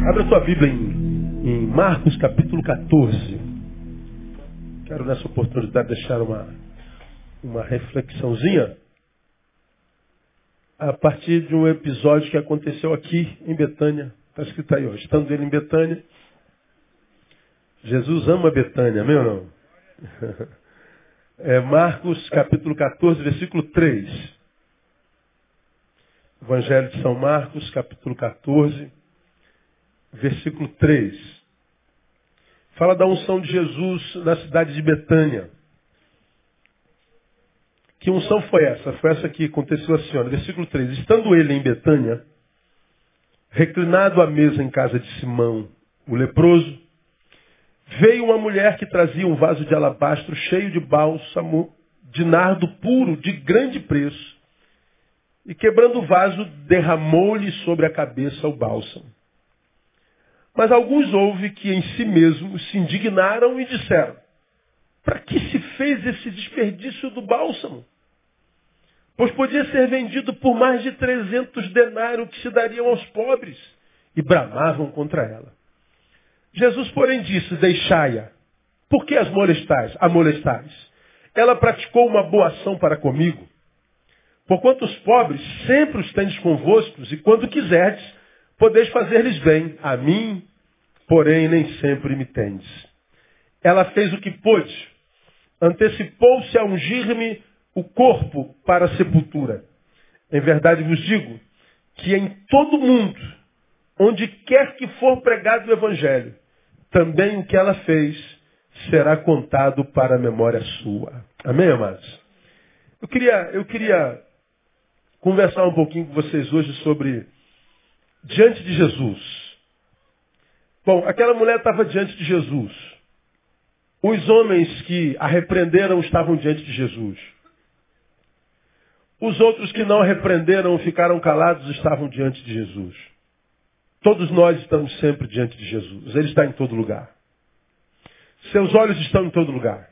Abra a tua Bíblia em Marcos capítulo 14. Quero nessa oportunidade deixar uma reflexãozinha a partir de um episódio que aconteceu aqui em Betânia. Está escrito aí, ó, estando ele em Betânia. Jesus ama Betânia, amém ou não? É Marcos capítulo 14, versículo 3. Evangelho de São Marcos, capítulo 14, versículo 3. Fala da unção de Jesus na cidade de Betânia. Que unção foi essa? Foi essa que aconteceu assim, ó, no versículo 3. Estando ele em Betânia, reclinado à mesa em casa de Simão, o leproso, veio uma mulher que trazia um vaso de alabastro cheio de bálsamo, de nardo puro, de grande preço, e quebrando o vaso, derramou-lhe sobre a cabeça o bálsamo. Mas alguns houve que em si mesmos se indignaram e disseram: para que se fez esse desperdício do bálsamo? Pois podia ser vendido por mais de 300 denários que se dariam aos pobres. E bramavam contra ela. Jesus, porém, disse: deixai-a. Por que as molestais? A molestais? Ela praticou uma boa ação para comigo. Porquanto os pobres sempre os tendes convosco, e quando quiserdes, podeis fazer-lhes bem. A mim, porém, nem sempre me tendes. Ela fez o que pôde. Antecipou-se a ungir-me o corpo para a sepultura. Em verdade vos digo que em todo mundo, onde quer que for pregado o Evangelho, também o que ela fez será contado para a memória sua. Amém, amados? Eu queria conversar um pouquinho com vocês hoje sobre diante de Jesus. Bom, aquela mulher estava diante de Jesus. Os homens que a repreenderam estavam diante de Jesus. Os outros que não a repreenderam, ficaram calados, estavam diante de Jesus. Todos nós estamos sempre diante de Jesus. Ele está em todo lugar. Seus olhos estão em todo lugar.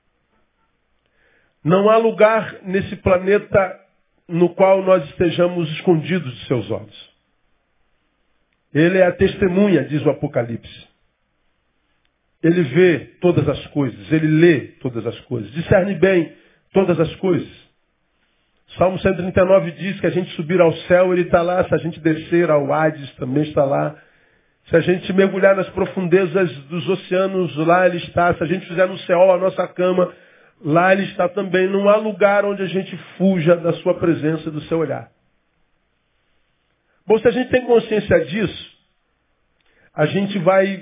Não há lugar nesse planeta no qual nós estejamos escondidos de seus olhos. Ele é a testemunha, diz o Apocalipse. Ele vê todas as coisas, ele lê todas as coisas, discerne bem todas as coisas. Salmo 139 diz que a gente subir ao céu, ele está lá. Se a gente descer ao Hades, também está lá. Se a gente mergulhar nas profundezas dos oceanos, lá ele está. Se a gente fizer no céu a nossa cama, lá ele está também. Não há lugar onde a gente fuja da sua presença e do seu olhar. Bom, se a gente tem consciência disso, a gente vai,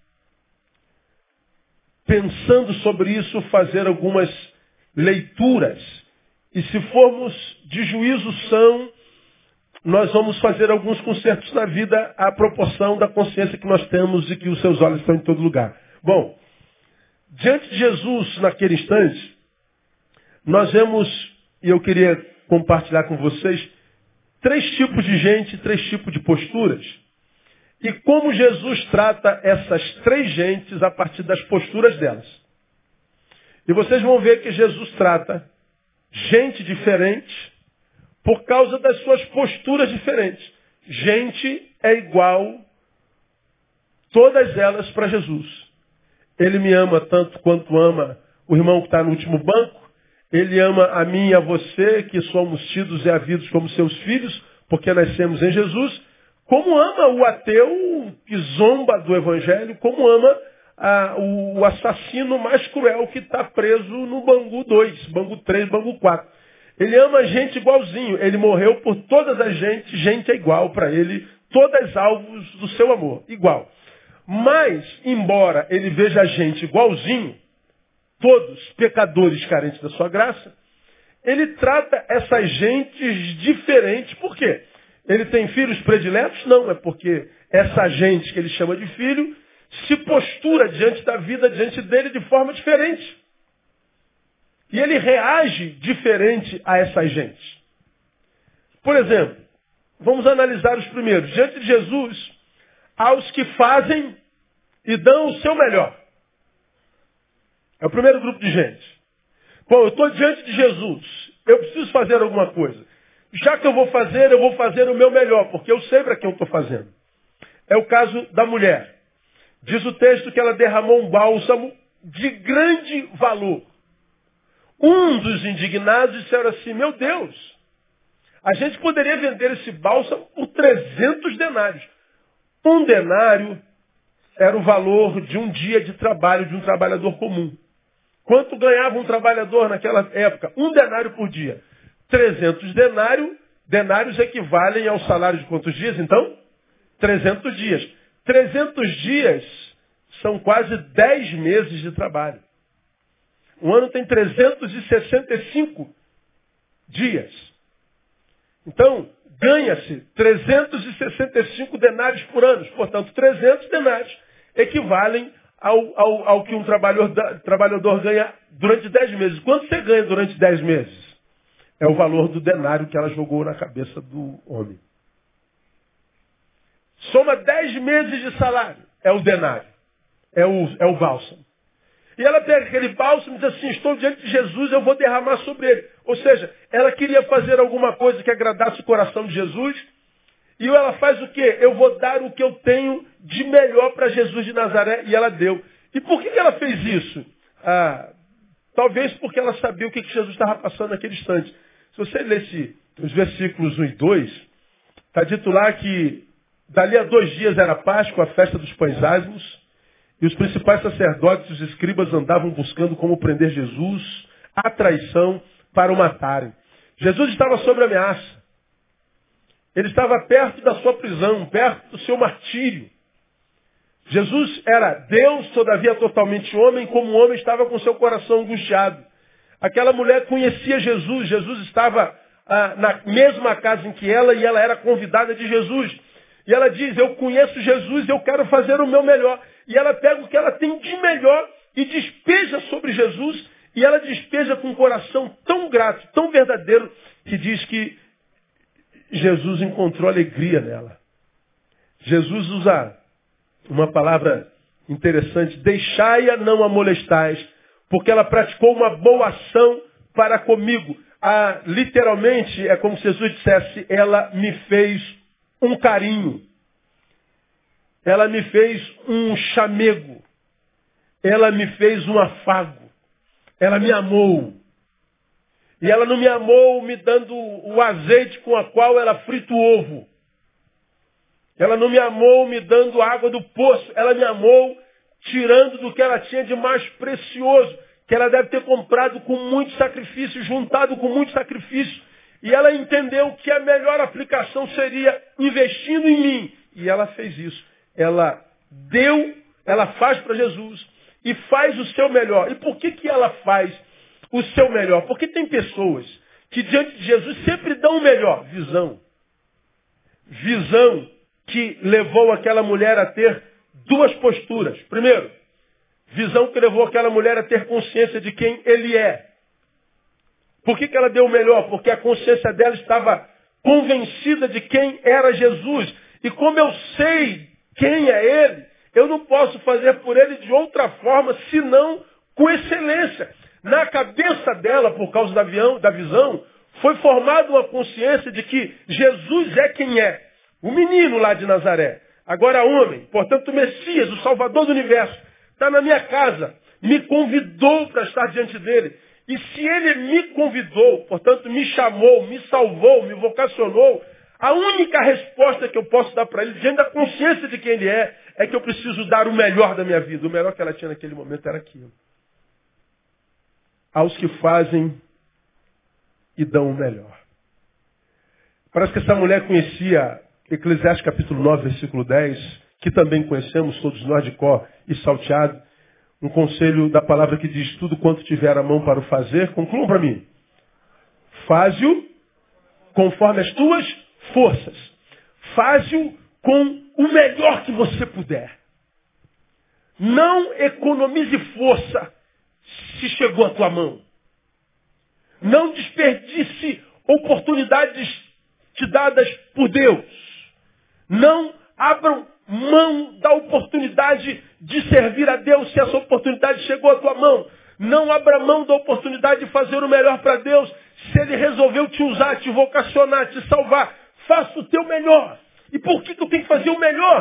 pensando sobre isso, fazer algumas leituras. E se formos de juízo são, nós vamos fazer alguns concertos na vida à proporção da consciência que nós temos e que os seus olhos estão em todo lugar. Bom, diante de Jesus, naquele instante, nós vemos, e eu queria compartilhar com vocês, 3 tipos de gente, 3 tipos de posturas. E como Jesus trata essas 3 gentes a partir das posturas delas. E vocês vão ver que Jesus trata gente diferente por causa das suas posturas diferentes. Gente é igual, todas elas, para Jesus. Ele me ama tanto quanto ama o irmão que está no último banco. Ele ama a mim e a você, que somos tidos e havidos como seus filhos, porque nascemos em Jesus. Como ama o ateu que zomba do Evangelho, como ama o assassino mais cruel que está preso no Bangu 2, Bangu 3, Bangu 4. Ele ama a gente igualzinho. Ele morreu por todas as gente é igual para ele, todas alvos do seu amor, igual. Mas, embora ele veja a gente igualzinho, todos pecadores carentes da sua graça, ele trata essas gentes diferentes. Por quê? Ele tem filhos prediletos? Não, é porque essa gente que ele chama de filho se postura diante da vida, diante dele de forma diferente. E ele reage diferente a essa gente. Por exemplo, vamos analisar os primeiros. Diante de Jesus, há os que fazem e dão o seu melhor. É o primeiro grupo de gente. Bom, eu estou diante de Jesus. Eu preciso fazer alguma coisa. Já que eu vou fazer o meu melhor, porque eu sei para quem eu estou fazendo. é o caso da mulher. Diz o texto que ela derramou um bálsamo de grande valor. Um dos indignados disseram assim, meu Deus, a gente poderia vender esse bálsamo por 300 denários. Um denário era o valor de um dia de trabalho de um trabalhador comum. Quanto ganhava um trabalhador naquela época? 1 denário por dia. 300 denários equivalem ao salário de quantos dias, então? 300 dias. 300 dias são quase 10 meses de trabalho. Um ano tem 365 dias. Então, ganha-se 365 denários por ano. Portanto, 300 denários equivalem ao que um trabalhador ganha durante 10 meses. Quanto você ganha durante 10 meses? É o valor do denário que ela jogou na cabeça do homem. Soma 10 meses de salário. É o denário. É o bálsamo. E ela pega aquele bálsamo e diz assim, estou diante de Jesus, eu vou derramar sobre ele. Ou seja, ela queria fazer alguma coisa que agradasse o coração de Jesus. E ela faz o quê? Eu vou dar o que eu tenho de melhor para Jesus de Nazaré. E ela deu. E por que ela fez isso? Talvez porque ela sabia o que Jesus estava passando naquele instante. Se você lesse os versículos 1 e 2, está dito lá que dali a 2 dias era Páscoa, a festa dos pães ázimos, e os principais sacerdotes e os escribas andavam buscando como prender Jesus à traição para o matarem. Jesus estava sob ameaça. Ele estava perto da sua prisão, perto do seu martírio. Jesus era Deus, todavia totalmente homem, como o homem estava com seu coração angustiado. Aquela mulher conhecia Jesus, Jesus estava na mesma casa em que ela e ela era convidada de Jesus. E ela diz, eu conheço Jesus, eu quero fazer o meu melhor. E ela pega o que ela tem de melhor e despeja sobre Jesus. E ela despeja com um coração tão grato, tão verdadeiro, que diz que Jesus encontrou alegria nela. Jesus usa uma palavra interessante, deixai-a, não a molestais, porque ela praticou uma boa ação para comigo. Literalmente, é como se Jesus dissesse, ela me fez um carinho. Ela me fez um chamego. Ela me fez um afago. Ela me amou. E ela não me amou me dando o azeite com a qual ela frita o ovo. Ela não me amou me dando água do poço. Ela me amou tirando do que ela tinha de mais precioso, que ela deve ter comprado com muito sacrifício, juntado com muito sacrifício. E ela entendeu que a melhor aplicação seria investindo em mim. E ela fez isso. Ela deu, ela faz para Jesus e faz o seu melhor. E por que ela faz o seu melhor? Porque tem pessoas que diante de Jesus sempre dão o melhor. Visão. Visão que levou aquela mulher a ter 2 posturas. Primeiro, visão que levou aquela mulher a ter consciência de quem ele é. Por que ela deu o melhor? Porque a consciência dela estava convencida de quem era Jesus. E como eu sei quem é ele, eu não posso fazer por ele de outra forma, senão com excelência. Na cabeça dela, por causa da visão, foi formada uma consciência de que Jesus é quem é. O menino lá de Nazaré. Agora homem, portanto o Messias, o Salvador do Universo, está na minha casa, me convidou para estar diante dele. E se ele me convidou, portanto me chamou, me salvou, me vocacionou, a única resposta que eu posso dar para ele, diante da consciência de quem ele é que eu preciso dar o melhor da minha vida. O melhor que ela tinha naquele momento era aquilo. Aos que fazem e dão o melhor. Parece que essa mulher conhecia Eclesiastes capítulo 9, versículo 10, que também conhecemos todos nós de cor e salteado. Um conselho da palavra que diz, tudo quanto tiver a mão para o fazer, concluam para mim. Faze-o conforme as tuas forças. Faze-o com o melhor que você puder. Não economize força se chegou à tua mão. Não desperdice oportunidades te dadas por Deus. Não abram mão da oportunidade de servir a Deus se essa oportunidade chegou à tua mão. Não abra mão da oportunidade de fazer o melhor para Deus se Ele resolveu te usar, te vocacionar, te salvar. Faça o teu melhor. E por que eu tenho que fazer o melhor?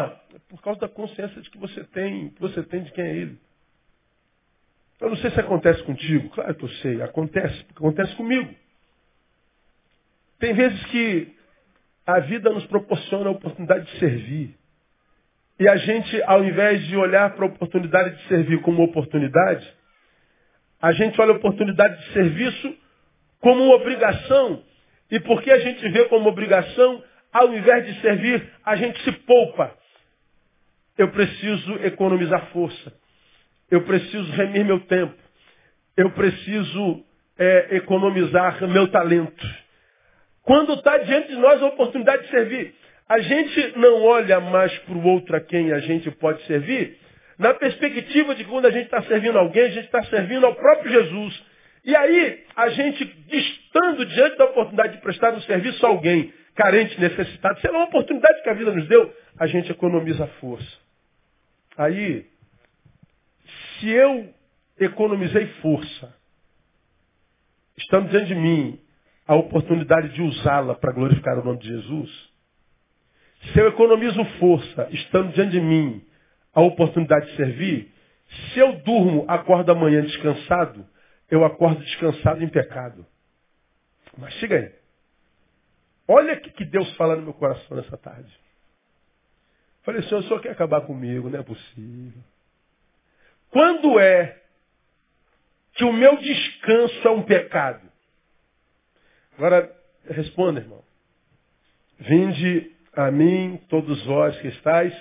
por causa da consciência de que você tem de quem é Ele. Eu não sei se acontece contigo. Claro que eu sei. Acontece comigo. Tem vezes que a vida nos proporciona a oportunidade de servir. E a gente, ao invés de olhar para a oportunidade de servir como oportunidade, a gente olha a oportunidade de serviço como uma obrigação. E porque a gente vê como obrigação, ao invés de servir, a gente se poupa. Eu preciso economizar força. Eu preciso remir meu tempo. Eu preciso economizar meu talento. Quando está diante de nós a oportunidade de servir, a gente não olha mais para o outro a quem a gente pode servir, na perspectiva de que quando a gente está servindo alguém, a gente está servindo ao próprio Jesus. E aí, a gente, estando diante da oportunidade de prestar um serviço a alguém, carente, necessitado, sei lá, uma oportunidade que a vida nos deu, a gente economiza força. Aí, se eu economizei força, estando diante de mim a oportunidade de usá-la para glorificar o nome de Jesus, se eu economizo força, estando diante de mim a oportunidade de servir, se eu durmo, acordo amanhã descansado, eu acordo descansado em pecado. Mas chega aí. Olha o que Deus fala no meu coração nessa tarde. Falei, Senhor, o Senhor quer acabar comigo, não é possível. Quando é que o meu descanso é um pecado? Agora, responda, irmão. Vinde a mim, todos vós que estáis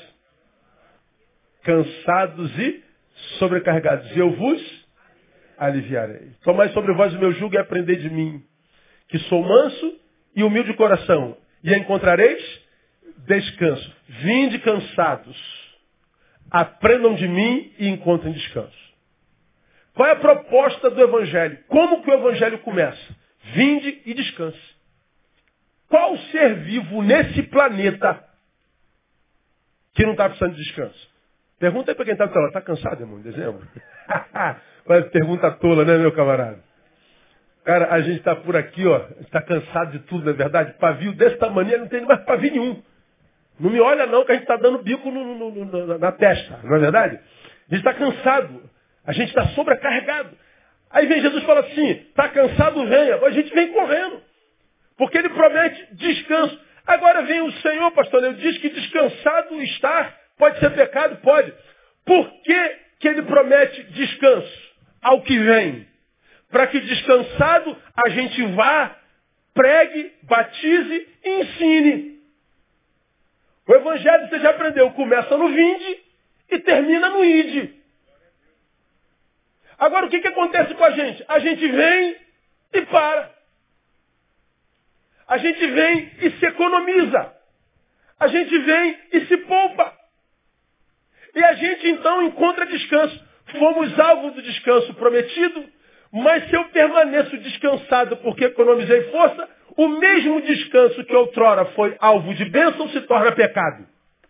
cansados e sobrecarregados, e eu vos aliviarei. Tomai sobre vós o meu jugo e aprendei de mim, que sou manso e humilde de coração, e encontrareis descanso. Vinde cansados, aprendam de mim e encontrem descanso. Qual é a proposta do Evangelho? Como que o Evangelho começa? Vinde e descanse. Qual ser vivo nesse planeta que não está precisando de descanso? Pergunta aí para quem está falando. Está cansado, irmão, em dezembro? Mas pergunta tola, né, meu camarada? Cara, a gente está por aqui, ó, está cansado de tudo, não é verdade? Pavio desse tamanho, não tem mais pavio nenhum. Não me olha não, que a gente está dando bico na testa, não é verdade? A gente está cansado. A gente está sobrecarregado. Aí vem Jesus e fala assim, está cansado, venha. A gente vem correndo. Porque ele promete descanso. Agora vem o Senhor, pastor, ele diz que descansado estar pode ser pecado? Pode. Por que ele promete descanso ao que vem? Para que descansado a gente vá, pregue, batize e ensine. O Evangelho, você já aprendeu, começa no vinde e termina no ide. Agora, o que acontece com a gente? A gente vem e para. A gente vem e se economiza. A gente vem e se poupa. E a gente, então, encontra descanso. Fomos alvo do descanso prometido, mas se eu permaneço descansado porque economizei força, o mesmo descanso que outrora foi alvo de bênção se torna pecado.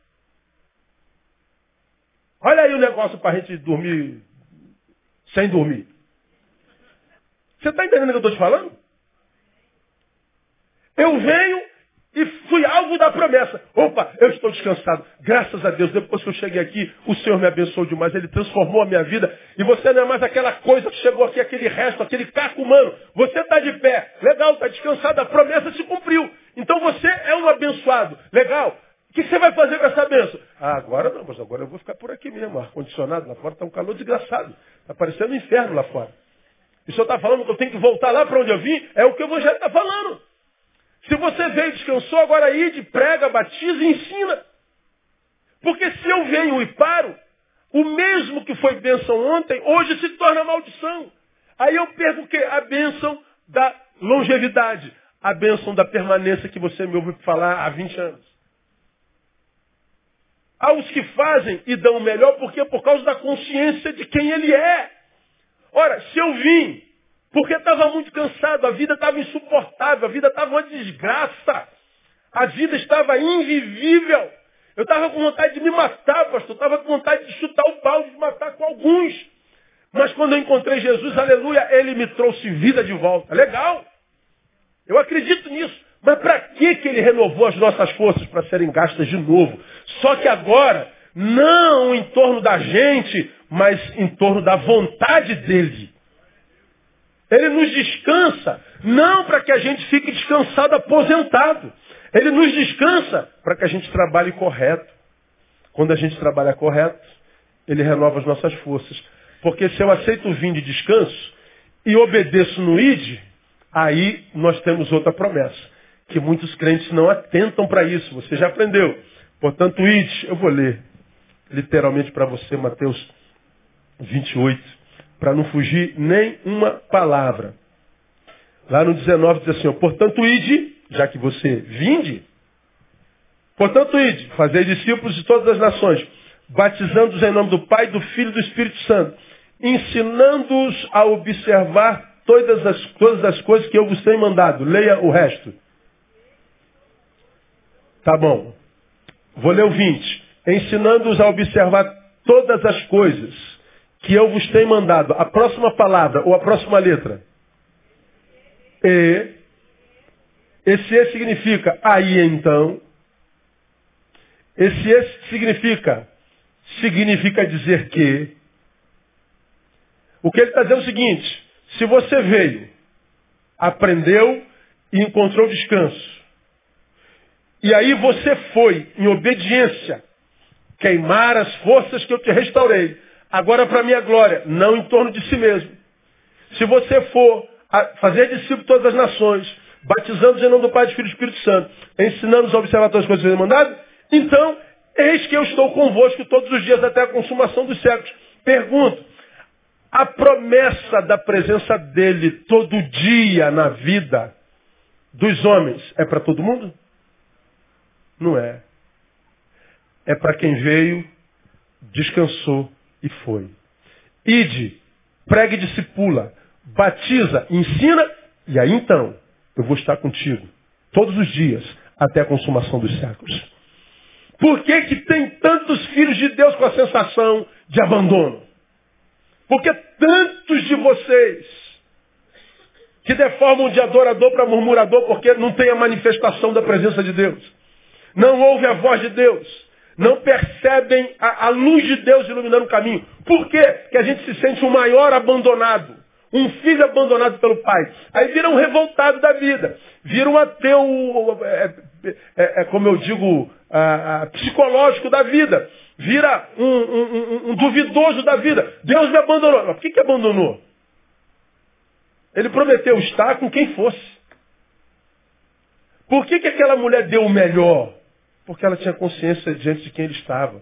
Olha aí o negócio para a gente dormir sem dormir. Você está entendendo o que eu estou te falando? Eu venho e fui alvo da promessa. Opa, eu estou descansado. Graças a Deus, depois que eu cheguei aqui, o Senhor me abençoou demais. Ele transformou a minha vida. E você não é mais aquela coisa que chegou aqui, aquele resto, aquele caco humano. Você está de pé. Legal, está descansado. A promessa se cumpriu. Então você é um abençoado. Legal. O que você vai fazer com essa bênção? Ah, agora não, mas agora eu vou ficar por aqui mesmo. Ar-condicionado lá fora está um calor desgraçado. Está parecendo um inferno lá fora. E o Senhor está falando que eu tenho que voltar lá para onde eu vim? É o que o Evangelho está falando. Se você veio e descansou, agora ide, prega, batiza e ensina. Porque se eu venho e paro, o mesmo que foi bênção ontem, hoje se torna maldição. Aí eu perco o quê? A bênção da longevidade. A bênção da permanência que você me ouve falar há 20 anos. Há os que fazem e dão o melhor porque por causa da consciência de quem ele é. Ora, se eu vim porque estava muito cansado, a vida estava insuportável, a vida estava uma desgraça, a vida estava invivível, eu estava com vontade de me matar, pastor, estava com vontade de chutar o balde, de matar com alguns. Mas quando eu encontrei Jesus, aleluia, ele me trouxe vida de volta. Legal, eu acredito nisso. Mas para que ele renovou as nossas forças? Para serem gastas de novo. Só que agora, não em torno da gente, mas em torno da vontade dele. Ele nos descansa, não para que a gente fique descansado, aposentado. Ele nos descansa para que a gente trabalhe correto. Quando a gente trabalha correto, ele renova as nossas forças. Porque se eu aceito o vinho de descanso e obedeço no ide, aí nós temos outra promessa. Que muitos crentes não atentam para isso. Você já aprendeu. Portanto, ide, eu vou ler literalmente para você Mateus 28, para não fugir nem uma palavra. Lá no 19 diz assim, portanto, ide, já que você vinde, portanto, ide, fazei discípulos de todas as nações, batizando-os em nome do Pai, do Filho e do Espírito Santo, ensinando-os a observar todas as coisas que eu vos tenho mandado. Leia o resto. Tá bom. Vou ler o 20. Ensinando-os a observar todas as coisas que eu vos tenho mandado. A próxima palavra ou a próxima letra. E. Esse E significa aí então. Esse E significa dizer que. O que ele está dizendo é o seguinte. Se você veio, aprendeu e encontrou descanso. E aí você foi, em obediência, queimar as forças que eu te restaurei. Agora para a minha glória, não em torno de si mesmo. Se você for fazer discípulo de todas as nações, batizando-os em nome do Pai, do Filho e do Espírito Santo, ensinando-os a observar todas as coisas que eu mandado, então, eis que eu estou convosco todos os dias até a consumação dos séculos. Pergunto, a promessa da presença dele todo dia na vida dos homens é para todo mundo? Não é. É para quem veio, descansou e foi. Ide, pregue e discipula, batiza, ensina, e aí então eu vou estar contigo todos os dias até a consumação dos séculos. Por que que tem tantos filhos de Deus com a sensação de abandono? Porque tantos de vocês que deformam de adorador para murmurador porque não tem a manifestação da presença de Deus. Não ouvem a voz de Deus. Não percebem a luz de Deus iluminando o caminho. Por quê? Porque a gente se sente um maior abandonado. Um filho abandonado pelo pai. Aí vira um revoltado da vida. Vira um ateu, como eu digo, psicológico da vida. Vira um duvidoso da vida. Deus me abandonou. Mas por que abandonou? Ele prometeu estar com quem fosse. Por que aquela mulher deu o melhor? Porque ela tinha consciência diante de quem ele estava.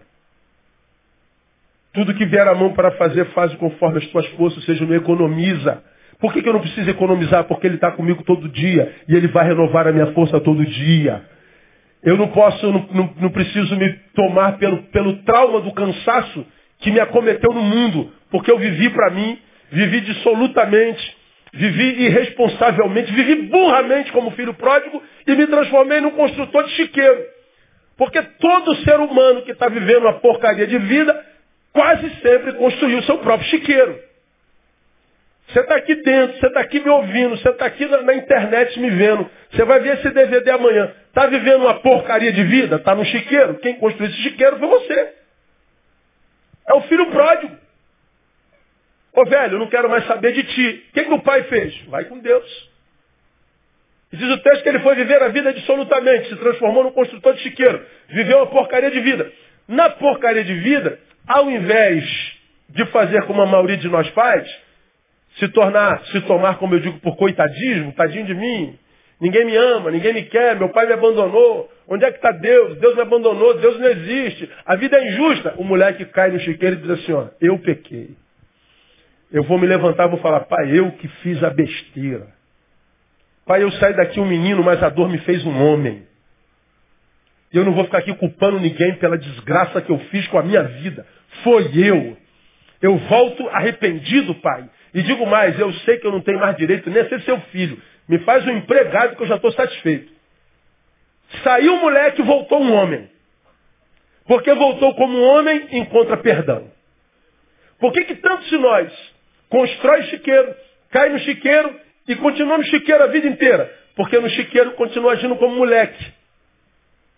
Tudo que vier à mão para fazer, faz conforme as tuas forças, ou seja, não economiza. Por que eu não preciso economizar? Porque ele está comigo todo dia. E ele vai renovar a minha força todo dia. Eu não posso, não preciso me tomar pelo trauma do cansaço que me acometeu no mundo. Porque eu vivi para mim, vivi dissolutamente, vivi irresponsavelmente, vivi burramente como filho pródigo e me transformei num construtor de chiqueiro. Porque todo ser humano que está vivendo uma porcaria de vida, quase sempre construiu o seu próprio chiqueiro. Você está aqui dentro, você está aqui me ouvindo, você está aqui na internet me vendo. Você vai ver esse DVD amanhã. Está vivendo uma porcaria de vida? Está no chiqueiro? Quem construiu esse chiqueiro foi você. É o filho pródigo. Ô velho, eu não quero mais saber de ti. O que o pai fez? Vai com Deus. Diz o texto que ele foi viver a vida dissolutamente, se transformou num construtor de chiqueiro. Viveu uma porcaria de vida. Na porcaria de vida, ao invés de fazer como a maioria de nós faz, se tomar, como eu digo, por coitadismo, tadinho de mim, ninguém me ama, ninguém me quer, meu pai me abandonou, onde é que está Deus? Deus me abandonou, Deus não existe, a vida é injusta. O moleque cai no chiqueiro e diz assim, ó, eu pequei. Eu vou me levantar e vou falar, pai, eu que fiz a besteira. Pai, eu saí daqui um menino, mas a dor me fez um homem. Eu não vou ficar aqui culpando ninguém pela desgraça que eu fiz com a minha vida. Foi eu. Eu volto arrependido, pai. E digo mais, eu sei que eu não tenho mais direito nem a ser seu filho. Me faz um empregado que eu já estou satisfeito. Saiu o moleque e voltou um homem. Porque voltou como um homem e encontra perdão. Por que tantos de nós constrói chiqueiro, cai no chiqueiro e continua no chiqueiro a vida inteira? Porque no chiqueiro continua agindo como moleque.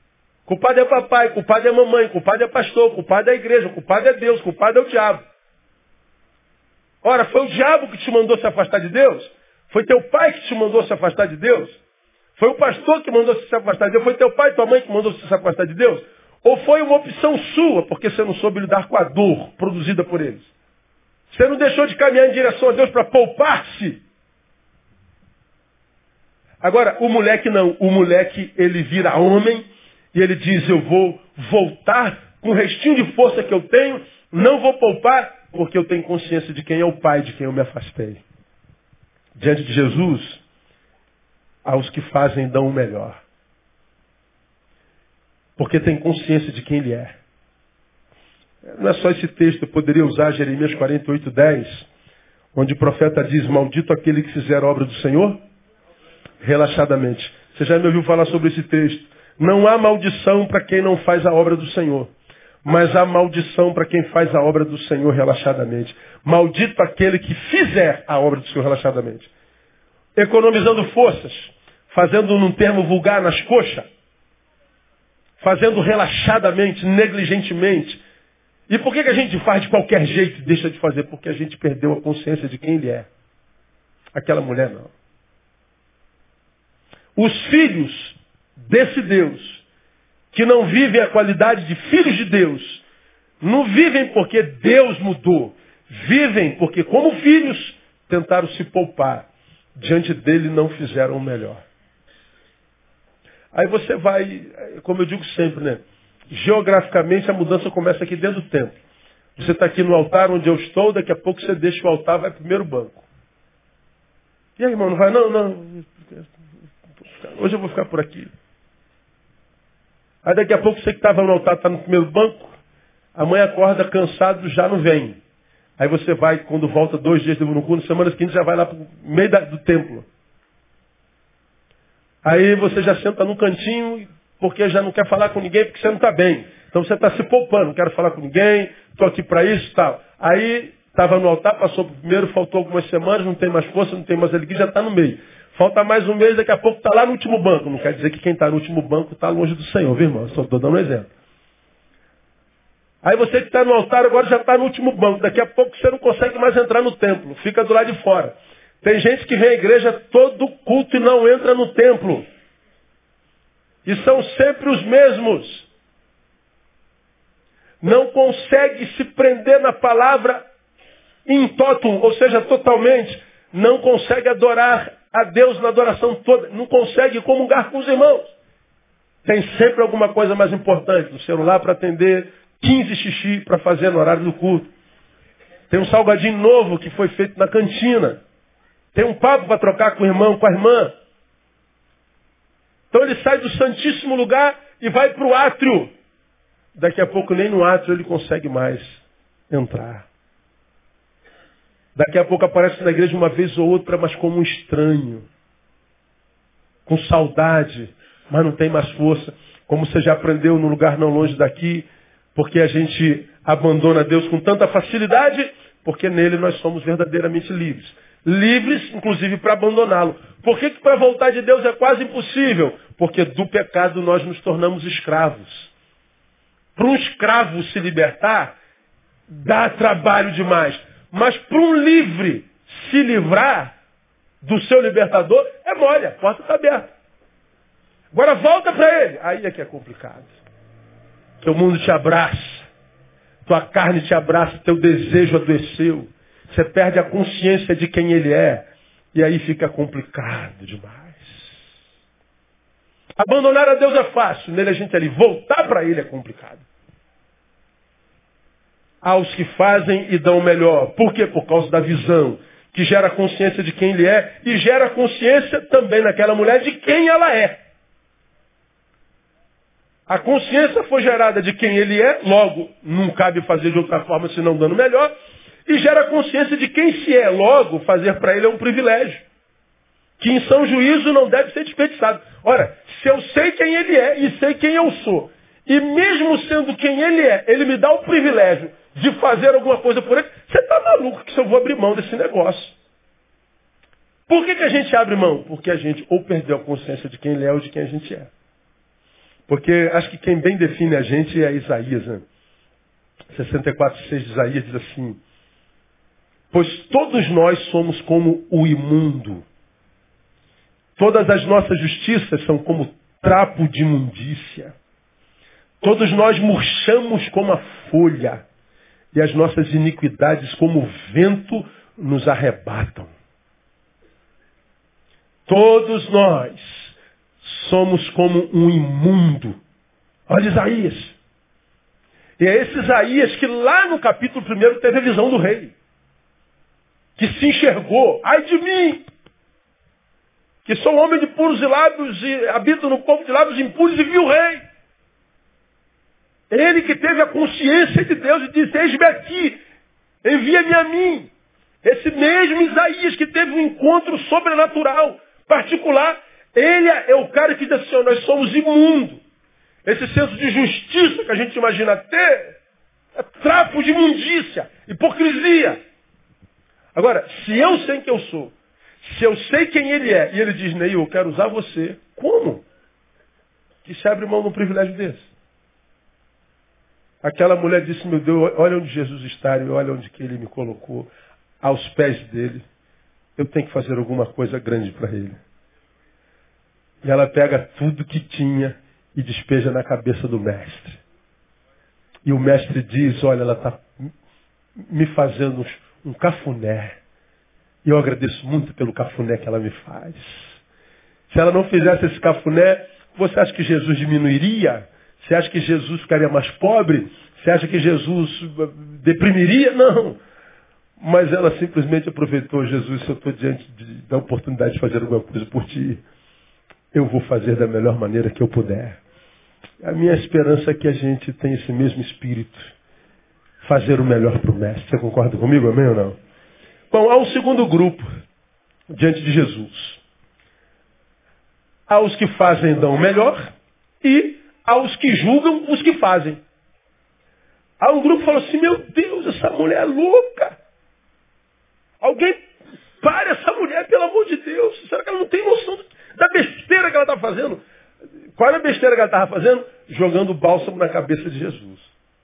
Culpado é papai, culpado é mamãe, culpado é pastor, culpado é a igreja, culpado é Deus, culpado é o diabo. Ora, foi o diabo que te mandou se afastar de Deus? Foi teu pai que te mandou se afastar de Deus? Foi o pastor que mandou se afastar de Deus? Foi teu pai e tua mãe que mandou se afastar de Deus? Ou foi uma opção sua, porque você não soube lidar com a dor produzida por eles? Você não deixou de caminhar em direção a Deus para poupar-se? Agora, o moleque não. O moleque, ele vira homem e ele diz, eu vou voltar com o restinho de força que eu tenho, não vou poupar, porque eu tenho consciência de quem é o pai de quem eu me afastei. Diante de Jesus, aos que fazem dão o melhor. Porque tem consciência de quem ele é. Não é só esse texto, eu poderia usar Jeremias 48:10, onde o profeta diz, maldito aquele que fizer a obra do Senhor, relaxadamente. Você já me ouviu falar sobre esse texto. Não há maldição para quem não faz a obra do Senhor, mas há maldição para quem faz a obra do Senhor relaxadamente. Maldito aquele que fizer a obra do Senhor relaxadamente. Economizando forças, fazendo num termo vulgar nas coxas, fazendo relaxadamente, negligentemente. E por que a gente faz de qualquer jeito e deixa de fazer? Porque a gente perdeu a consciência de quem ele é. Aquela mulher não. Os filhos desse Deus, que não vivem a qualidade de filhos de Deus, não vivem porque Deus mudou. Vivem porque, como filhos, tentaram se poupar. Diante dele não fizeram o melhor. Aí você vai, como eu digo sempre, né? Geograficamente a mudança começa aqui dentro do templo. Você está aqui no altar onde eu estou, daqui a pouco você deixa o altar e vai para o primeiro banco. E aí, irmão, não vai? Não. Hoje eu vou ficar por aqui. Aí daqui a pouco você que estava no altar está no primeiro banco, amanhã acorda cansado, já não vem. Aí você vai, quando volta 2 dias de Bunucu, na semana seguinte já vai lá para o meio do templo. Aí você já senta num cantinho, porque já não quer falar com ninguém, porque você não está bem. Então você está se poupando, não quero falar com ninguém, estou aqui para isso e tal. Aí estava no altar, passou para o primeiro, faltou algumas semanas, não tem mais força, não tem mais alegria, já está no meio. Falta mais um mês, daqui a pouco está lá no último banco. Não quer dizer que quem está no último banco está longe do Senhor, viu, irmão? Só estou dando um exemplo. Aí você que está no altar agora já está no último banco. Daqui a pouco você não consegue mais entrar no templo. Fica do lado de fora. Tem gente que vem à igreja todo culto e não entra no templo. E são sempre os mesmos. Não consegue se prender na palavra in totum, ou seja, totalmente. Não consegue adorar a Deus na adoração toda. Não consegue comungar com os irmãos. Tem sempre alguma coisa mais importante. No celular para atender, 15 xixi para fazer no horário do culto. Tem um salgadinho novo que foi feito na cantina. Tem um papo para trocar com o irmão, com a irmã. Então ele sai do santíssimo lugar e vai para o átrio. Daqui a pouco nem no átrio ele consegue mais entrar. Daqui a pouco aparece na igreja uma vez ou outra, mas como um estranho. Com saudade, mas não tem mais força. Como você já aprendeu no lugar não longe daqui, porque a gente abandona Deus com tanta facilidade, porque nele nós somos verdadeiramente livres. Livres, inclusive, para abandoná-lo. Por que para voltar de Deus é quase impossível? Porque do pecado nós nos tornamos escravos. Para um escravo se libertar, dá trabalho demais. Mas para um livre se livrar do seu libertador, é mole, a porta está aberta. Agora volta para ele. Aí é que é complicado. Teu mundo te abraça. Tua carne te abraça, teu desejo adoeceu. Você perde a consciência de quem ele é. E aí fica complicado demais. Abandonar a Deus é fácil. Nele a gente ali. Voltar para ele é complicado. Aos que fazem e dão o melhor. Por quê? Por causa da visão. Que gera consciência de quem ele é. E gera consciência também naquela mulher de quem ela é. A consciência foi gerada de quem ele é. Logo, não cabe fazer de outra forma senão dando melhor. E gera consciência de quem se é. Logo, fazer para ele é um privilégio. Que em são juízo não deve ser desperdiçado. Ora, se eu sei quem ele é e sei quem eu sou, e mesmo sendo quem ele é, ele me dá o privilégio de fazer alguma coisa por ele, você está maluco que eu vou abrir mão desse negócio. Por que a gente abre mão? Porque a gente ou perdeu a consciência de quem ele é ou de quem a gente é. Porque acho que quem bem define a gente é Isaías, né? 64:6 de Isaías diz assim: pois todos nós somos como o imundo. Todas as nossas justiças são como trapo de imundícia. Todos nós murchamos como a folha. E as nossas iniquidades, como o vento, nos arrebatam. Todos nós somos como um imundo. Olha Isaías. E é esse Isaías que lá no capítulo 1 teve a visão do rei. Que se enxergou. Ai de mim! Que sou homem de puros e lábios e habito no povo de lábios impuros e vi o rei. Ele que teve a consciência de Deus e disse, eis-me aqui, envia-me a mim. Esse mesmo Isaías que teve um encontro sobrenatural, particular, ele é o cara que diz assim, nós somos imundos. Esse senso de justiça que a gente imagina ter, é trapo de imundícia, hipocrisia. Agora, se eu sei quem eu sou, se eu sei quem ele é, e ele diz, Neil, eu quero usar você, como? Que se abre mão de um privilégio desse? Aquela mulher disse, meu Deus, olha onde Jesus está e olha onde que ele me colocou, aos pés dele. Eu tenho que fazer alguma coisa grande para ele. E ela pega tudo que tinha e despeja na cabeça do mestre. E o mestre diz, olha, ela está me fazendo um cafuné. E eu agradeço muito pelo cafuné que ela me faz. Se ela não fizesse esse cafuné, você acha que Jesus diminuiria? Você acha que Jesus ficaria mais pobre? Você acha que Jesus deprimiria? Não. Mas ela simplesmente aproveitou, Jesus, se eu estou diante da oportunidade de fazer alguma coisa por ti, eu vou fazer da melhor maneira que eu puder. A minha esperança é que a gente tenha esse mesmo espírito. Fazer o melhor para o mestre. Você concorda comigo, amém ou não? Bom, há um segundo grupo diante de Jesus. Há os que fazem dão o melhor e aos que julgam os que fazem. Há um grupo que falou assim, meu Deus, essa mulher é louca. Alguém pare essa mulher, pelo amor de Deus. Será que ela não tem noção da besteira que ela está fazendo? Qual era a besteira que ela estava fazendo? Jogando bálsamo na cabeça de Jesus.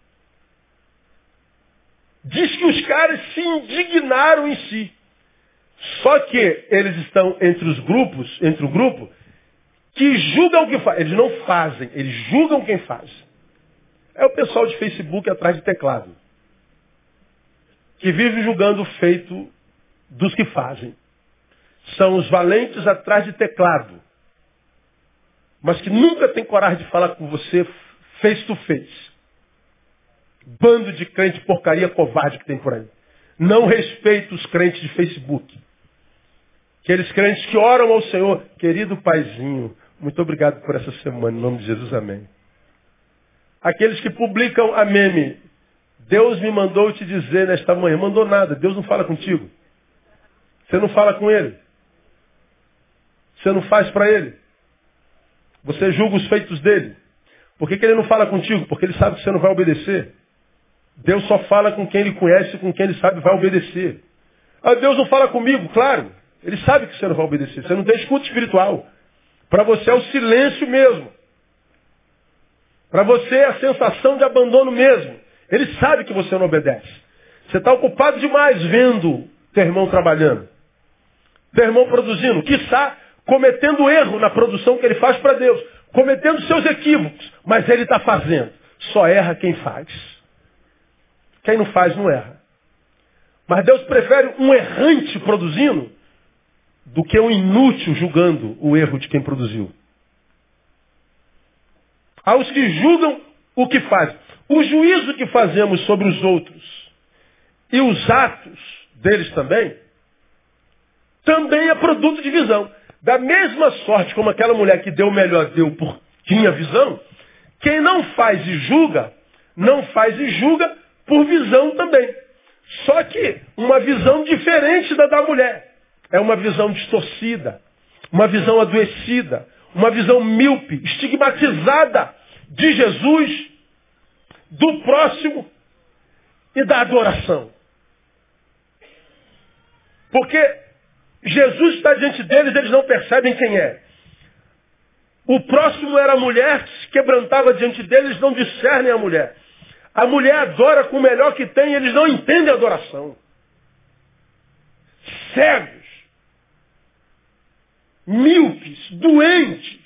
Diz que os caras se indignaram em si. Só que eles estão entre o grupo, que julgam o que faz. Eles não fazem, eles julgam quem faz. É o pessoal de Facebook atrás de teclado. Que vive julgando o feito dos que fazem. São os valentes atrás de teclado. Mas que nunca tem coragem de falar com você face to face. Bando de crente porcaria covarde que tem por aí. Não respeita os crentes de Facebook. Aqueles crentes que oram ao Senhor. Querido Paizinho, muito obrigado por essa semana. Em nome de Jesus, amém. Aqueles que publicam a meme. Deus me mandou te dizer nesta manhã. Mandou nada. Deus não fala contigo. Você não fala com Ele. Você não faz para Ele. Você julga os feitos dele. Por que Ele não fala contigo? Porque Ele sabe que você não vai obedecer. Deus só fala com quem Ele conhece, com quem Ele sabe vai obedecer. Ah, Deus não fala comigo? Claro. Ele sabe que você não vai obedecer. Você não tem escuta espiritual. Para você é o silêncio mesmo. Para você é a sensação de abandono mesmo. Ele sabe que você não obedece. Você está ocupado demais vendo teu irmão trabalhando. Teu irmão produzindo. Quiçá cometendo erro na produção que ele faz para Deus. Cometendo seus equívocos. Mas ele está fazendo. Só erra quem faz. Quem não faz, não erra. Mas Deus prefere um errante produzindo do que um inútil julgando o erro de quem produziu. Aos que julgam o que faz. O juízo que fazemos sobre os outros e os atos deles também é produto de visão. Da mesma sorte como aquela mulher que deu o melhor deu porque tinha visão, quem não faz e julga, não faz e julga por visão também. Só que uma visão diferente da mulher. É uma visão distorcida, uma visão adoecida, uma visão míope, estigmatizada de Jesus, do próximo e da adoração. Porque Jesus está diante deles, eles não percebem quem é. O próximo era a mulher que se quebrantava diante deles, não discernem a mulher. A mulher adora com o melhor que tem, eles não entendem a adoração. Cegos, míopes, doentes,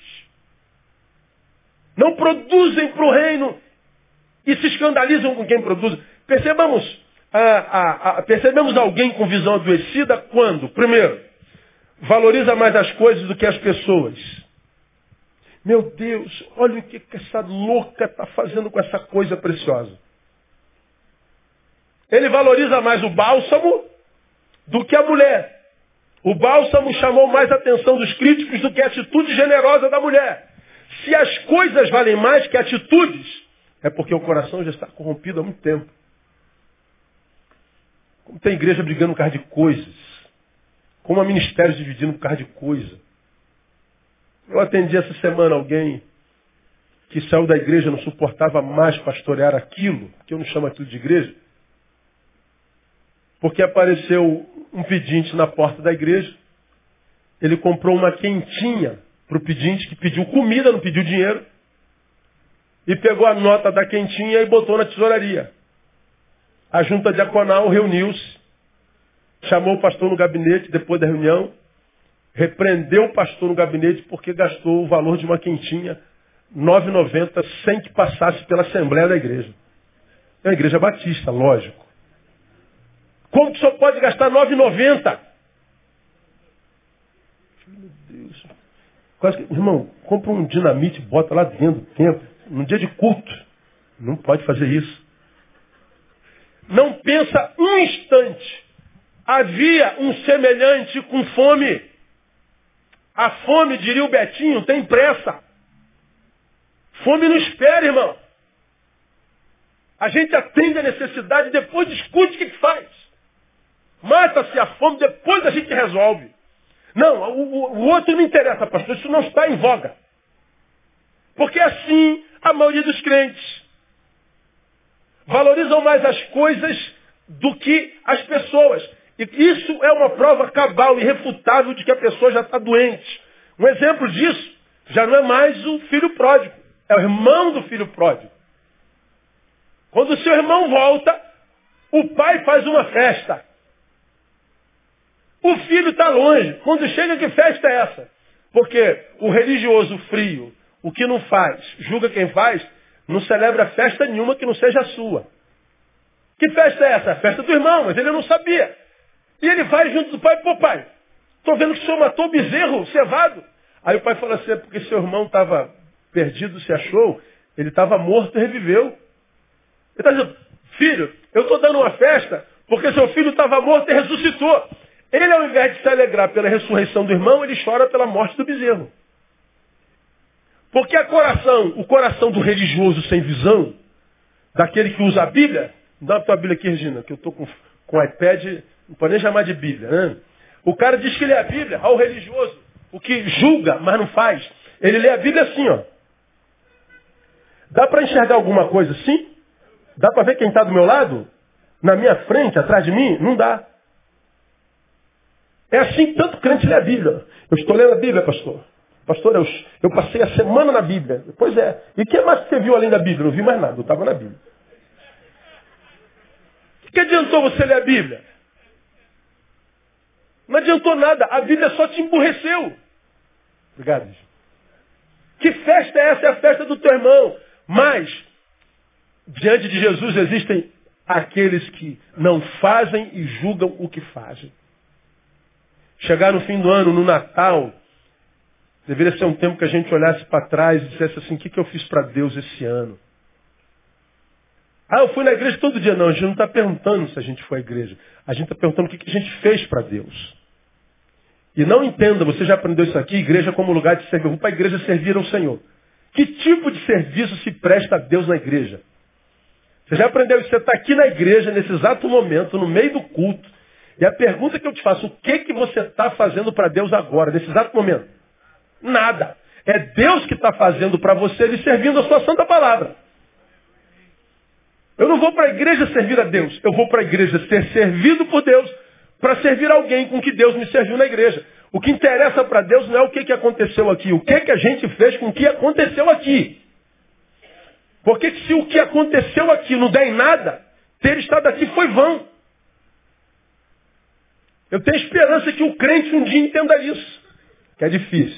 não produzem para o reino e se escandalizam com quem produz. Percebemos alguém com visão adoecida quando, primeiro, valoriza mais as coisas do que as pessoas. Meu Deus, olha o que essa louca está fazendo com essa coisa preciosa. Ele valoriza mais o bálsamo do que a mulher. O bálsamo chamou mais a atenção dos críticos do que a atitude generosa da mulher. Se as coisas valem mais que atitudes, é porque o coração já está corrompido há muito tempo. Como tem igreja brigando por causa de coisas. Como há ministérios dividindo por causa de coisa. Eu atendi essa semana alguém que saiu da igreja, não suportava mais pastorear aquilo, que eu não chamo aquilo de igreja, porque apareceu um pedinte na porta da igreja, ele comprou uma quentinha para o pedinte, que pediu comida, não pediu dinheiro, e pegou a nota da quentinha e botou na tesouraria. A junta diaconal reuniu-se, chamou o pastor no gabinete depois da reunião, repreendeu o pastor no gabinete porque gastou o valor de uma quentinha, R$ 9,90, sem que passasse pela assembleia da igreja. É uma igreja batista, lógico. Como que só pode gastar R$ 9,90? Meu Deus. Quase que, irmão, compra um dinamite e bota lá dentro do templo, num dia de culto. Não pode fazer isso. Não pensa um instante. Havia um semelhante com fome. A fome, diria o Betinho, tem pressa. Fome não espera, irmão. A gente atende a necessidade, depois discute o que faz. Mata-se a fome, depois a gente resolve. Não, o outro não interessa, pastor, isso não está em voga. Porque assim a maioria dos crentes valorizam mais as coisas do que as pessoas. E isso é uma prova cabal, irrefutável, de que a pessoa já está doente. Um exemplo disso já não é mais o filho pródigo, é o irmão do filho pródigo. Quando o seu irmão volta, o pai faz uma festa. O filho está longe. Quando chega, que festa é essa? Porque o religioso frio, o que não faz, julga quem faz, não celebra festa nenhuma que não seja a sua. Que festa é essa? A festa do irmão, mas ele não sabia. E ele vai junto do pai, pô pai, estou vendo que o senhor matou o bezerro cevado. Aí o pai fala assim, é porque seu irmão estava perdido, se achou, ele estava morto e reviveu. Ele está dizendo, filho, eu estou dando uma festa porque seu filho estava morto e ressuscitou. Ele, ao invés de se alegrar pela ressurreição do irmão, ele chora pela morte do bezerro. Porque o coração do religioso sem visão, daquele que usa a Bíblia, dá a tua Bíblia aqui, Regina, que eu estou com o iPad, não pode nem chamar de Bíblia, né? O cara diz que lê a Bíblia, ao religioso, o que julga, mas não faz. Ele lê a Bíblia assim, ó. Dá para enxergar alguma coisa assim? Dá para ver quem está do meu lado? Na minha frente, atrás de mim? Não dá. É assim que tanto crente lê a Bíblia. Eu estou lendo a Bíblia, pastor. Pastor, eu passei a semana na Bíblia. Pois é. E o que mais que você viu além da Bíblia? Não vi mais nada, eu estava na Bíblia. O que adiantou você ler a Bíblia? Não adiantou nada. A Bíblia só te emburreceu. Obrigado. Que festa é essa? É a festa do teu irmão. Mas, diante de Jesus existem aqueles que não fazem e julgam o que fazem. Chegar no fim do ano, no Natal, deveria ser um tempo que a gente olhasse para trás e dissesse assim, o que eu fiz para Deus esse ano? Ah, eu fui na igreja todo dia. Não, a gente não está perguntando se a gente foi à igreja. A gente está perguntando o que a gente fez para Deus. E não entenda, você já aprendeu isso aqui, igreja como lugar de servir. Eu vou para a igreja servir ao Senhor. Que tipo de serviço se presta a Deus na igreja? Você já aprendeu isso? Você está aqui na igreja, nesse exato momento, no meio do culto. E a pergunta que eu te faço, o que você está fazendo para Deus agora, nesse exato momento? Nada. É Deus que está fazendo para você, Ele servindo a sua santa palavra. Eu não vou para a igreja servir a Deus. Eu vou para a igreja ser servido por Deus para servir alguém com que Deus me serviu na igreja. O que interessa para Deus não é o que aconteceu aqui, o que a gente fez com o que aconteceu aqui. Porque se o que aconteceu aqui não der em nada, ter estado aqui foi vão. Eu tenho esperança que o crente um dia entenda isso, que é difícil.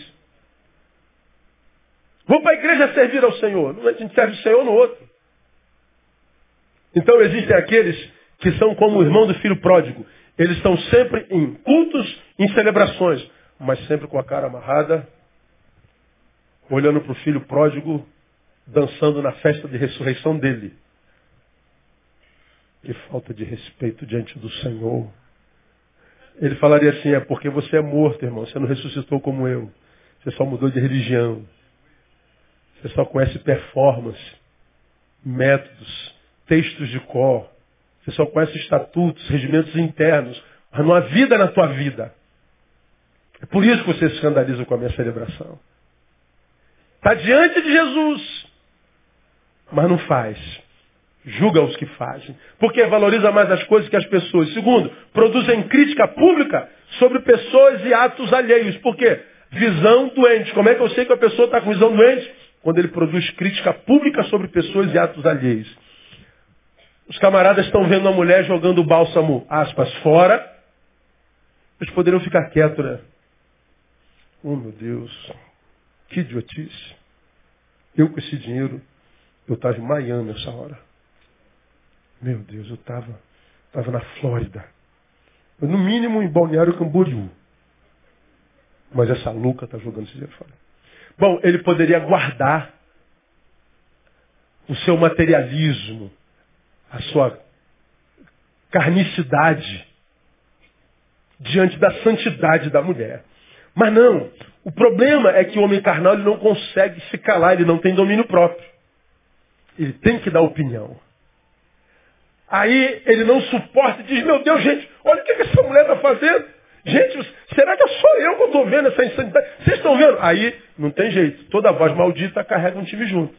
Vou para a igreja servir ao Senhor. Não, a gente serve o Senhor no outro. Então existem aqueles que são como o irmão do filho pródigo. Eles estão sempre em cultos, em celebrações, mas sempre com a cara amarrada, olhando para o filho pródigo, dançando na festa de ressurreição dele. Que falta de respeito diante do Senhor. Ele falaria assim, é porque você é morto, irmão. Você não ressuscitou como eu. Você só mudou de religião. Você só conhece performance, métodos, textos de cor. Você só conhece estatutos, regimentos internos. Mas não há vida na tua vida. É por isso que você se escandaliza com a minha celebração. Está diante de Jesus, mas não faz. Julga os que fazem. Porque valoriza mais as coisas que as pessoas. Segundo, produzem crítica pública sobre pessoas e atos alheios. Por quê? Visão doente. Como é que eu sei que a pessoa está com visão doente? Quando ele produz crítica pública sobre pessoas e atos alheios. Os camaradas estão vendo uma mulher jogando o bálsamo, aspas, fora. Eles poderiam ficar quietos, né? Oh, meu Deus. Que idiotice. Eu com esse dinheiro, eu estava em Miami nessa hora. Meu Deus, eu estava na Flórida. No mínimo em Balneário Camboriú. Mas essa louca está jogando esse dinheiro fora. Bom, ele poderia guardar o seu materialismo, a sua carnicidade diante da santidade da mulher. Mas não, o problema é que o homem carnal ele não consegue se calar, ele não tem domínio próprio. Ele tem que dar opinião. Aí ele não suporta e diz, meu Deus, gente, olha o que essa mulher está fazendo. Gente, será que é só eu que estou vendo essa insanidade? Vocês estão vendo? Aí não tem jeito. Toda voz maldita carrega um time junto.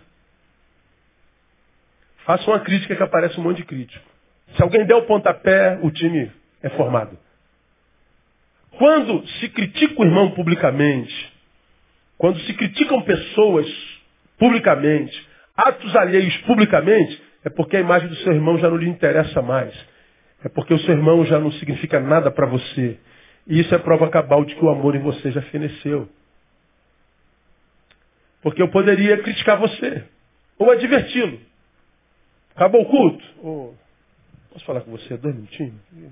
Faça uma crítica que aparece um monte de crítico. Se alguém der o pontapé, o time é formado. Quando se critica o irmão publicamente, quando se criticam pessoas publicamente, atos alheios publicamente, é porque a imagem do seu irmão já não lhe interessa mais. É porque o seu irmão já não significa nada para você. E isso é prova cabal de que o amor em você já feneceu. Porque eu poderia criticar você, ou adverti-lo. Acabou o culto? Oh, posso falar com você 2 minutinhos?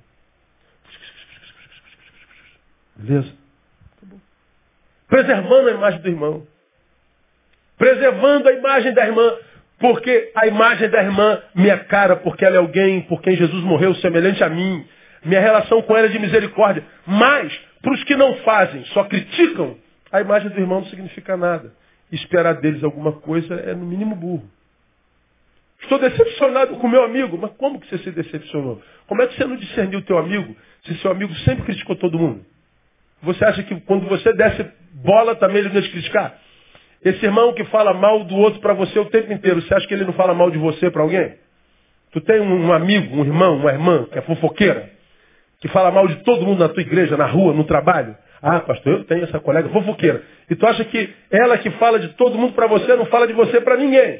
Beleza? Tá bom. Preservando a imagem do irmão. Preservando a imagem da irmã. Porque a imagem da irmã me é cara, porque ela é alguém por quem Jesus morreu semelhante a mim. Minha relação com ela é de misericórdia. Mas, para os que não fazem, só criticam, a imagem do irmão não significa nada. Esperar deles alguma coisa é no mínimo burro. Estou decepcionado com o meu amigo. Mas como que você se decepcionou? Como é que você não discerniu o teu amigo, se seu amigo sempre criticou todo mundo? Você acha que quando você desce bola também ele não te criticar? Esse irmão que fala mal do outro para você o tempo inteiro, você acha que ele não fala mal de você para alguém? Tu tem um amigo, um irmão, uma irmã que é fofoqueira, que fala mal de todo mundo na tua igreja, na rua, no trabalho? Ah, pastor, eu tenho essa colega fofoqueira. E tu acha que ela que fala de todo mundo para você não fala de você para ninguém?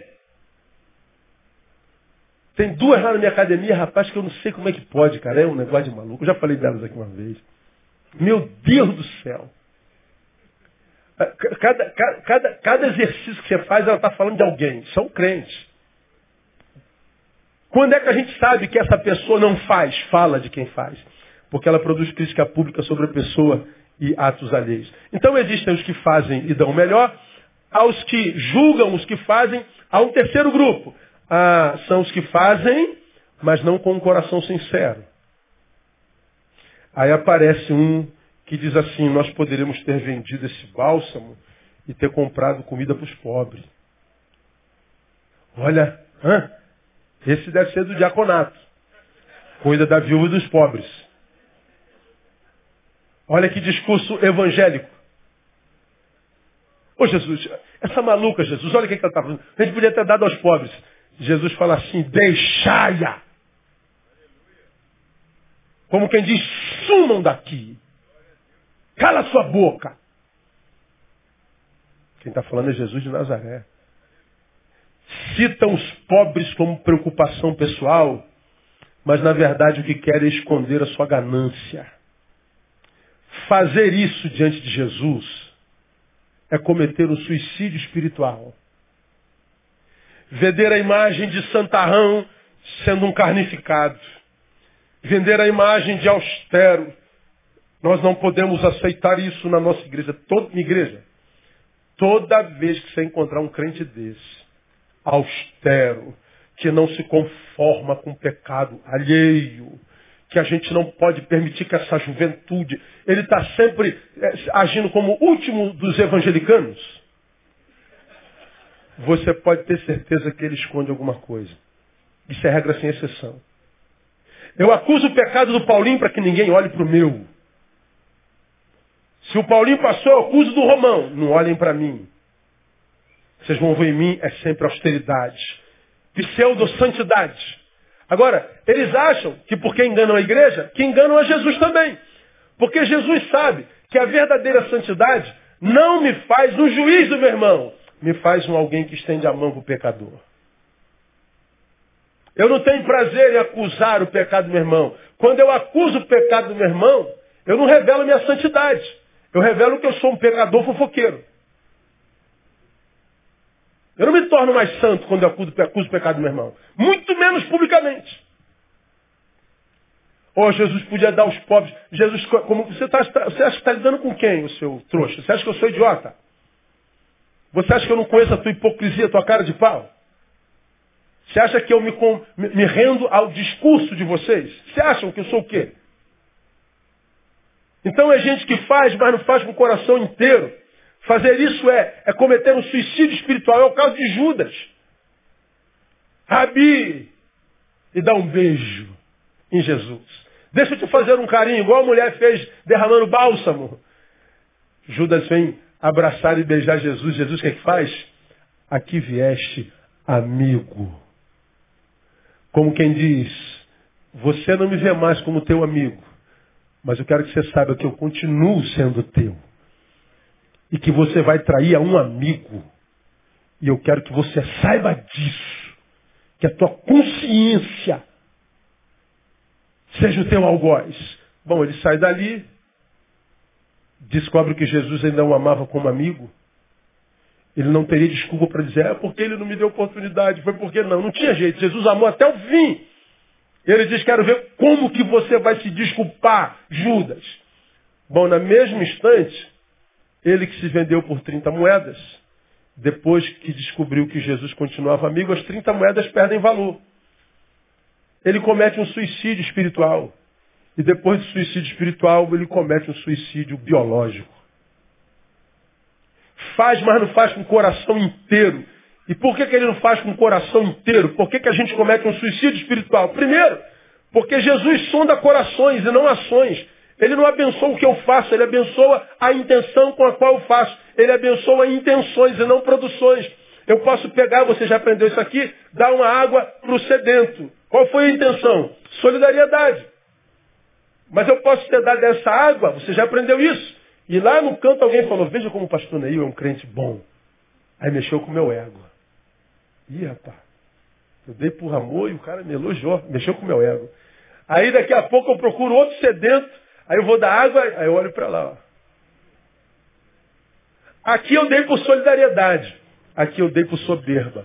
Tem 2 lá na minha academia, rapaz, que eu não sei como é que pode, cara. É um negócio de maluco. Eu já falei delas aqui uma vez. Meu Deus do céu. Cada exercício que você faz, ela está falando de alguém. São crentes. Quando é que a gente sabe que essa pessoa não faz? Fala de quem faz. Porque ela produz crítica pública sobre a pessoa e atos alheios. Então existem os que fazem e dão melhor. Aos que julgam os que fazem, há um terceiro grupo. São os que fazem, mas não com um coração sincero. Aí aparece um que diz assim, nós poderíamos ter vendido esse bálsamo e ter comprado comida para os pobres. Olha, esse deve ser do diaconato. Cuida da viúva e dos pobres. Olha que discurso evangélico. Ô Jesus, essa maluca, Jesus, olha o que ela está fazendo. A gente podia ter dado aos pobres. Jesus fala assim, deixai-a. Como quem diz, sumam daqui. Cala sua boca. Quem está falando é Jesus de Nazaré. Citam os pobres como preocupação pessoal, mas na verdade o que quer é esconder a sua ganância. Fazer isso diante de Jesus é cometer um suicídio espiritual. Vender a imagem de santarrão sendo um carnificado. Vender a imagem de austero. Nós não podemos aceitar isso na nossa igreja. Toda vez que você encontrar um crente desse, austero, que não se conforma com o pecado alheio, que a gente não pode permitir que essa juventude, ele está sempre agindo como o último dos evangelicanos, você pode ter certeza que ele esconde alguma coisa. Isso é regra sem exceção. Eu acuso o pecado do Paulinho para que ninguém olhe para o meu. Se o Paulinho passou, eu acuso do Romão. Não olhem para mim. Vocês vão ver em mim, é sempre austeridade. Pseudo-santidade. Agora, eles acham que porque enganam a igreja, que enganam a Jesus também. Porque Jesus sabe que a verdadeira santidade não me faz um juiz do meu irmão. Me faz um alguém que estende a mão para o pecador. Eu não tenho prazer em acusar o pecado do meu irmão. Quando eu acuso o pecado do meu irmão, eu não revelo minha santidade. Eu revelo que eu sou um pecador fofoqueiro. Eu não me torno mais santo quando eu acuso o pecado do meu irmão. Muito menos publicamente. Oh, Jesus podia dar aos pobres. Jesus, como você acha que está lidando com quem, o seu trouxa? Você acha que eu sou idiota? Você acha que eu não conheço a tua hipocrisia, a tua cara de pau? Você acha que eu me rendo ao discurso de vocês? Você acham que eu sou o quê? Então é gente que faz, mas não faz com o coração inteiro. Fazer isso é cometer um suicídio espiritual. É o caso de Judas. Rabi, e dá um beijo em Jesus. Deixa eu te fazer um carinho, igual a mulher fez derramando bálsamo. Judas vem abraçar e beijar Jesus. Jesus o que é que faz? Aqui vieste, amigo. Como quem diz, você não me vê mais como teu amigo, mas eu quero que você saiba que eu continuo sendo teu. E que você vai trair a um amigo. E eu quero que você saiba disso. Que a tua consciência seja o teu algoz. Bom, ele sai dali, descobre que Jesus ainda o amava como amigo. Ele não teria desculpa para dizer, porque ele não me deu oportunidade, foi porque não tinha jeito. Jesus amou até o fim. Ele diz, quero ver como que você vai se desculpar, Judas. Bom, no mesmo instante, ele que se vendeu por 30 moedas, depois que descobriu que Jesus continuava amigo, as 30 moedas perdem valor. Ele comete um suicídio espiritual. E depois do suicídio espiritual, ele comete um suicídio biológico. Faz, mas não faz com o coração inteiro. E por que ele não faz com o coração inteiro? Por que a gente comete um suicídio espiritual? Primeiro, porque Jesus sonda corações e não ações. Ele não abençoa o que eu faço, ele abençoa a intenção com a qual eu faço. Ele abençoa intenções e não produções. Eu posso pegar, você já aprendeu isso aqui, dar uma água para o sedento. Qual foi a intenção? Solidariedade. Mas eu posso ter dado essa água, você já aprendeu isso. E lá no canto alguém falou, veja como o pastor Neil é um crente bom. Aí mexeu com o meu ego. Ih, rapaz, eu dei por amor e o cara me elogiou, mexeu com o meu ego. Aí daqui a pouco eu procuro outro sedento, aí eu vou dar água, aí eu olho para lá. Ó. Aqui eu dei por solidariedade, aqui eu dei por soberba.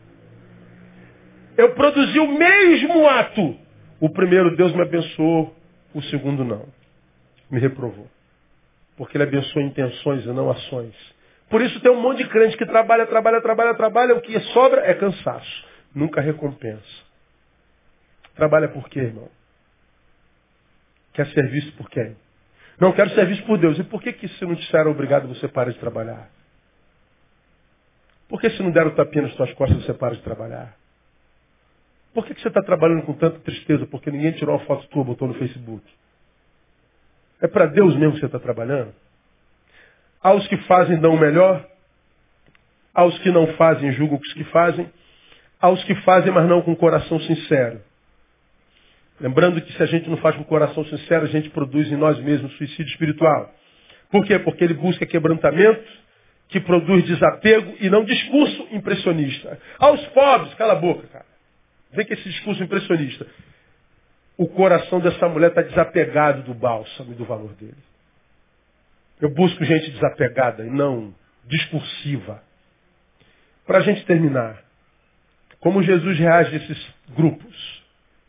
Eu produzi o mesmo ato. O primeiro Deus me abençoou, o segundo não. Me reprovou. Porque ele abençoa intenções e não ações. Por isso tem um monte de crente que trabalha, o que sobra é cansaço. Nunca recompensa. Trabalha por quê, irmão? Quer serviço por quem? Não, quero serviço por Deus. E por que se não disseram obrigado você para de trabalhar? Por que se não deram tapinha nas suas costas você para de trabalhar? Por que você está trabalhando com tanta tristeza? Porque ninguém tirou uma foto tua e botou no Facebook. É para Deus mesmo que você está trabalhando? Aos que fazem dão o melhor. Aos que não fazem julgam os que fazem. Aos que fazem, mas não com coração sincero. Lembrando que se a gente não faz com o coração sincero, a gente produz em nós mesmos suicídio espiritual. Por quê? Porque ele busca quebrantamento, que produz desapego e não discurso impressionista. Aos pobres, cala a boca, cara. Vem com esse discurso impressionista. O coração dessa mulher está desapegado do bálsamo e do valor dele. Eu busco gente desapegada e não discursiva. Para a gente terminar, como Jesus reage a esses grupos?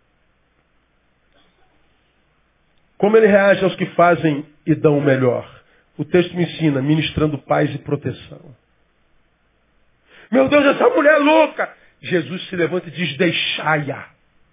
Como ele reage aos que fazem e dão o melhor? O texto me ensina, ministrando paz e proteção. Meu Deus, essa mulher é louca! Jesus se levanta e diz, deixai-a.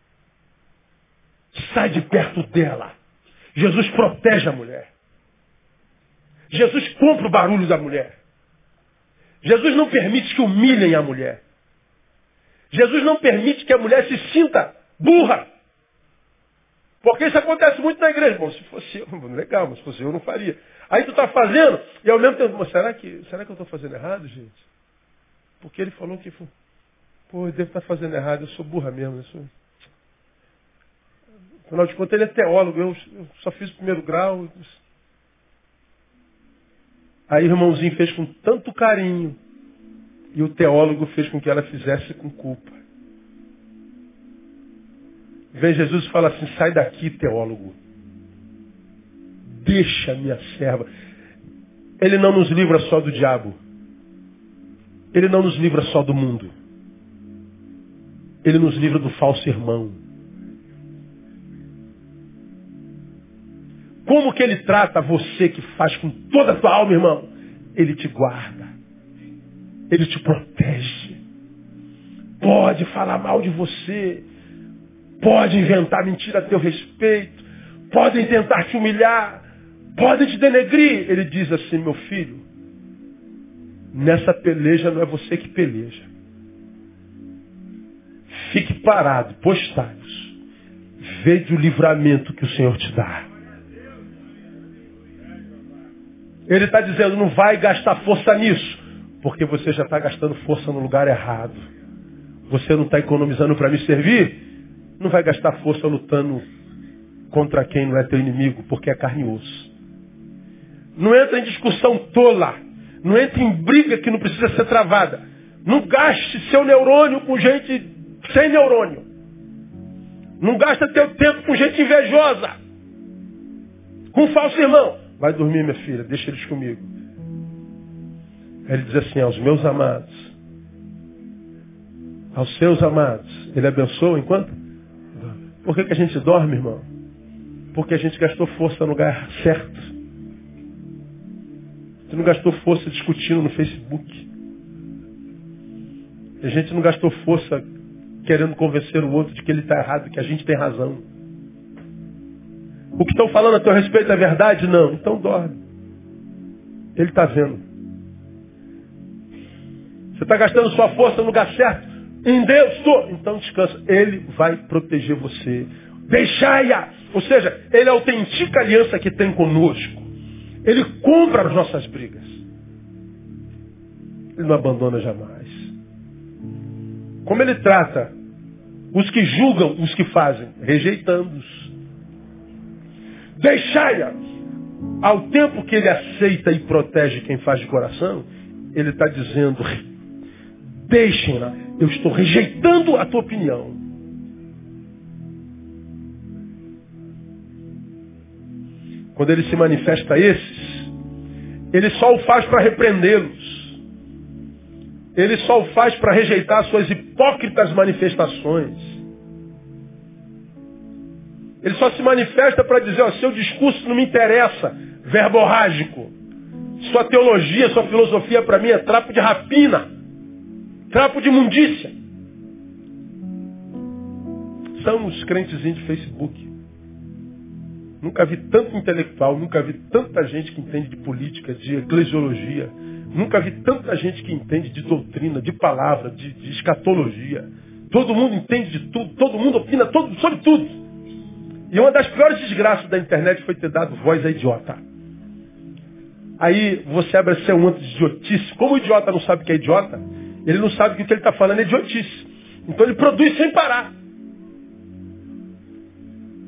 Sai de perto dela. Jesus protege a mulher. Jesus compra o barulho da mulher. Jesus não permite que humilhem a mulher. Jesus não permite que a mulher se sinta burra. Porque isso acontece muito na igreja. Bom, se fosse eu, legal, mas se fosse eu não faria. Aí tu está fazendo, e ao mesmo tempo, será que eu estou fazendo errado, gente? Porque ele falou que, pô, eu devo estar fazendo errado, eu sou burra mesmo. Afinal de contas, ele é teólogo, eu só fiz o primeiro grau. Aí o irmãozinho fez com tanto carinho, e o teólogo fez com que ela fizesse com culpa. Vem Jesus e fala assim, sai daqui, teólogo. Deixa minha serva. Ele não nos livra só do diabo. Ele não nos livra só do mundo. Ele nos livra do falso irmão. Como que ele trata você que faz com toda a tua alma, irmão? Ele te guarda. Ele te protege. Pode falar mal de você. Pode inventar mentira a teu respeito. Podem tentar te humilhar. Podem te denegrir. Ele diz assim, meu filho, nessa peleja não é você que peleja. Fique parado, postai-os. Veja o livramento que o Senhor te dá. Ele está dizendo, não vai gastar força nisso, porque você já está gastando força no lugar errado. Você não está economizando para me servir, não vai gastar força lutando contra quem não é teu inimigo, porque é carne e osso. Não entra em discussão tola, não entra em briga que não precisa ser travada. Não gaste seu neurônio com gente sem neurônio. Não gasta teu tempo com gente invejosa, com falso irmão. Vai dormir, minha filha, deixa eles comigo. Aí ele diz assim, aos meus amados, aos seus amados, ele abençoa enquanto? Por que a gente dorme, irmão? Porque a gente gastou força no lugar certo. A gente não gastou força discutindo no Facebook. A gente não gastou força querendo convencer o outro de que ele está errado, que a gente tem razão. O que estão falando a teu respeito é verdade? Não. Então dorme. Ele está vendo. Você está gastando sua força no lugar certo? Em Deus estou. Então descansa. Ele vai proteger você. Deixai-a. Ou seja, ele autentica a aliança que tem conosco. Ele compra as nossas brigas. Ele não abandona jamais. Como ele trata os que julgam, os que fazem? Rejeitando-os. Deixai-a. Ao tempo que ele aceita e protege quem faz de coração, ele está dizendo, deixem-na, eu estou rejeitando a tua opinião. Quando ele se manifesta a esses, ele só o faz para repreendê-los. Ele só o faz para rejeitar suas hipócritas manifestações. Ele só se manifesta para dizer, ó, seu discurso não me interessa, verborrágico. Sua teologia, sua filosofia para mim é trapo de rapina, trapo de imundícia. São os crentezinhos de Facebook. Nunca vi tanto intelectual, nunca vi tanta gente que entende de política, de eclesiologia. Nunca vi tanta gente que entende de doutrina, de palavra, de escatologia. Todo mundo entende de tudo, todo mundo opina sobre tudo. E uma das piores desgraças da internet foi ter dado voz a idiota. Aí você abre seu manto de idiotice. Como o idiota não sabe o que é idiota, ele não sabe que o que ele está falando é idiotice. Então ele produz sem parar.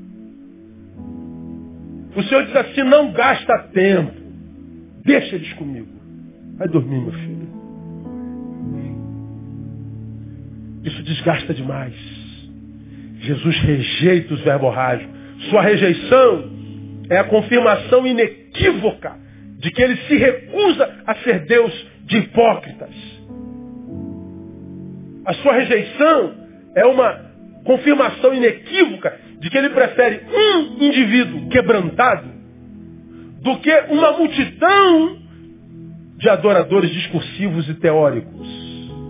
O Senhor diz assim, não gasta tempo. Deixa eles comigo. Vai dormir, meu filho. Isso desgasta demais. Jesus rejeita os verborrágicos. Sua rejeição é a confirmação inequívoca de que ele se recusa a ser Deus de hipócritas. A sua rejeição é uma confirmação inequívoca de que ele prefere um indivíduo quebrantado do que uma multidão de adoradores discursivos e teóricos.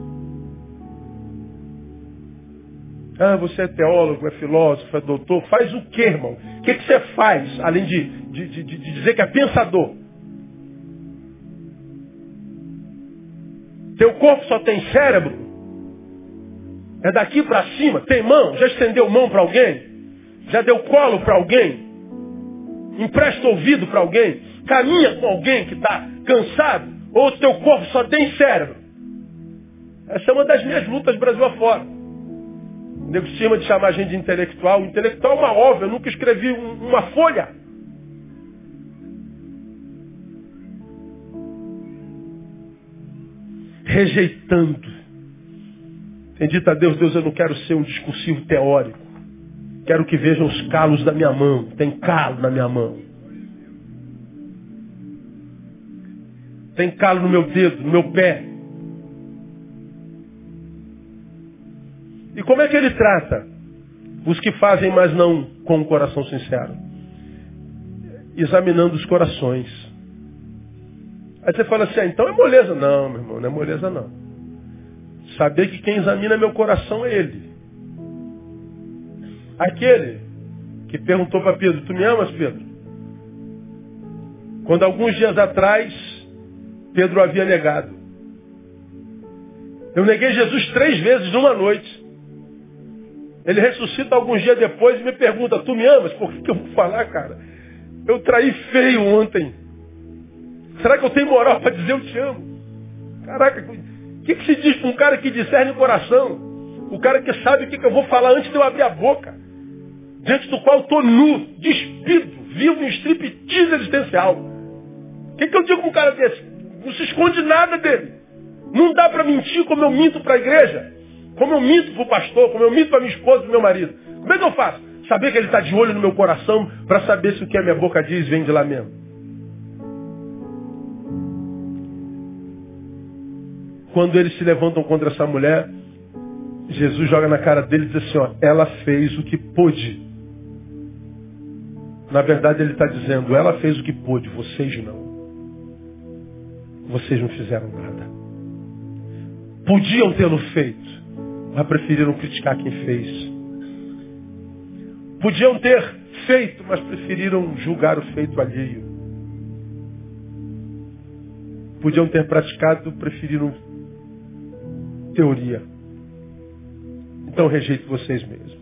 Ah, você é teólogo, é filósofo, é doutor. Faz o quê, irmão? O que você faz, além de dizer que é pensador? Teu corpo só tem cérebro? É daqui para cima? Tem mão? Já estendeu mão para alguém? Já deu colo para alguém? Empresta ouvido para alguém? Caminha com alguém que está cansado? Ou teu corpo só tem cérebro? Essa é uma das minhas lutas Brasil afora. O nego cima de chamar a gente de intelectual. O intelectual é uma obra. Eu nunca escrevi uma folha. Rejeitando. Tem dito a Deus, Deus, eu não quero ser um discursivo teórico. Quero que vejam os calos da minha mão. Tem calo na minha mão. Tem calo no meu dedo, no meu pé. E como é que ele trata os que fazem, mas não com o coração sincero? Examinando os corações. Aí você fala assim, então é moleza. Não, meu irmão, não é moleza não. Saber que quem examina meu coração é ele. Aquele que perguntou para Pedro, tu me amas, Pedro? Quando alguns dias atrás, Pedro havia negado. Eu neguei Jesus 3 vezes numa noite. Ele ressuscita alguns dias depois e me pergunta, tu me amas? Por que eu vou falar, cara? Eu traí feio ontem. Será que eu tenho moral para dizer eu te amo? Caraca, o que se diz para um cara que discerne o coração? O cara que sabe o que eu vou falar antes de eu abrir a boca. Diante do qual eu estou nu, despido, vivo em striptease existencial. O que eu digo para um cara desse? Não se esconde nada dele. Não dá para mentir como eu minto para a igreja. Como eu minto para o pastor, como eu minto para minha esposa e para meu marido. Como é que eu faço? Saber que ele está de olho no meu coração para saber se o que a minha boca diz vem de lá mesmo. Quando eles se levantam contra essa mulher, Jesus joga na cara dele e diz assim, ó, ela fez o que pôde. Na verdade ele está dizendo, ela fez o que pôde, vocês não. Vocês não fizeram nada. Podiam tê-lo feito. Mas preferiram criticar quem fez. Podiam ter feito, mas preferiram julgar o feito alheio. Podiam ter praticado, preferiram teoria. Então rejeito vocês mesmos.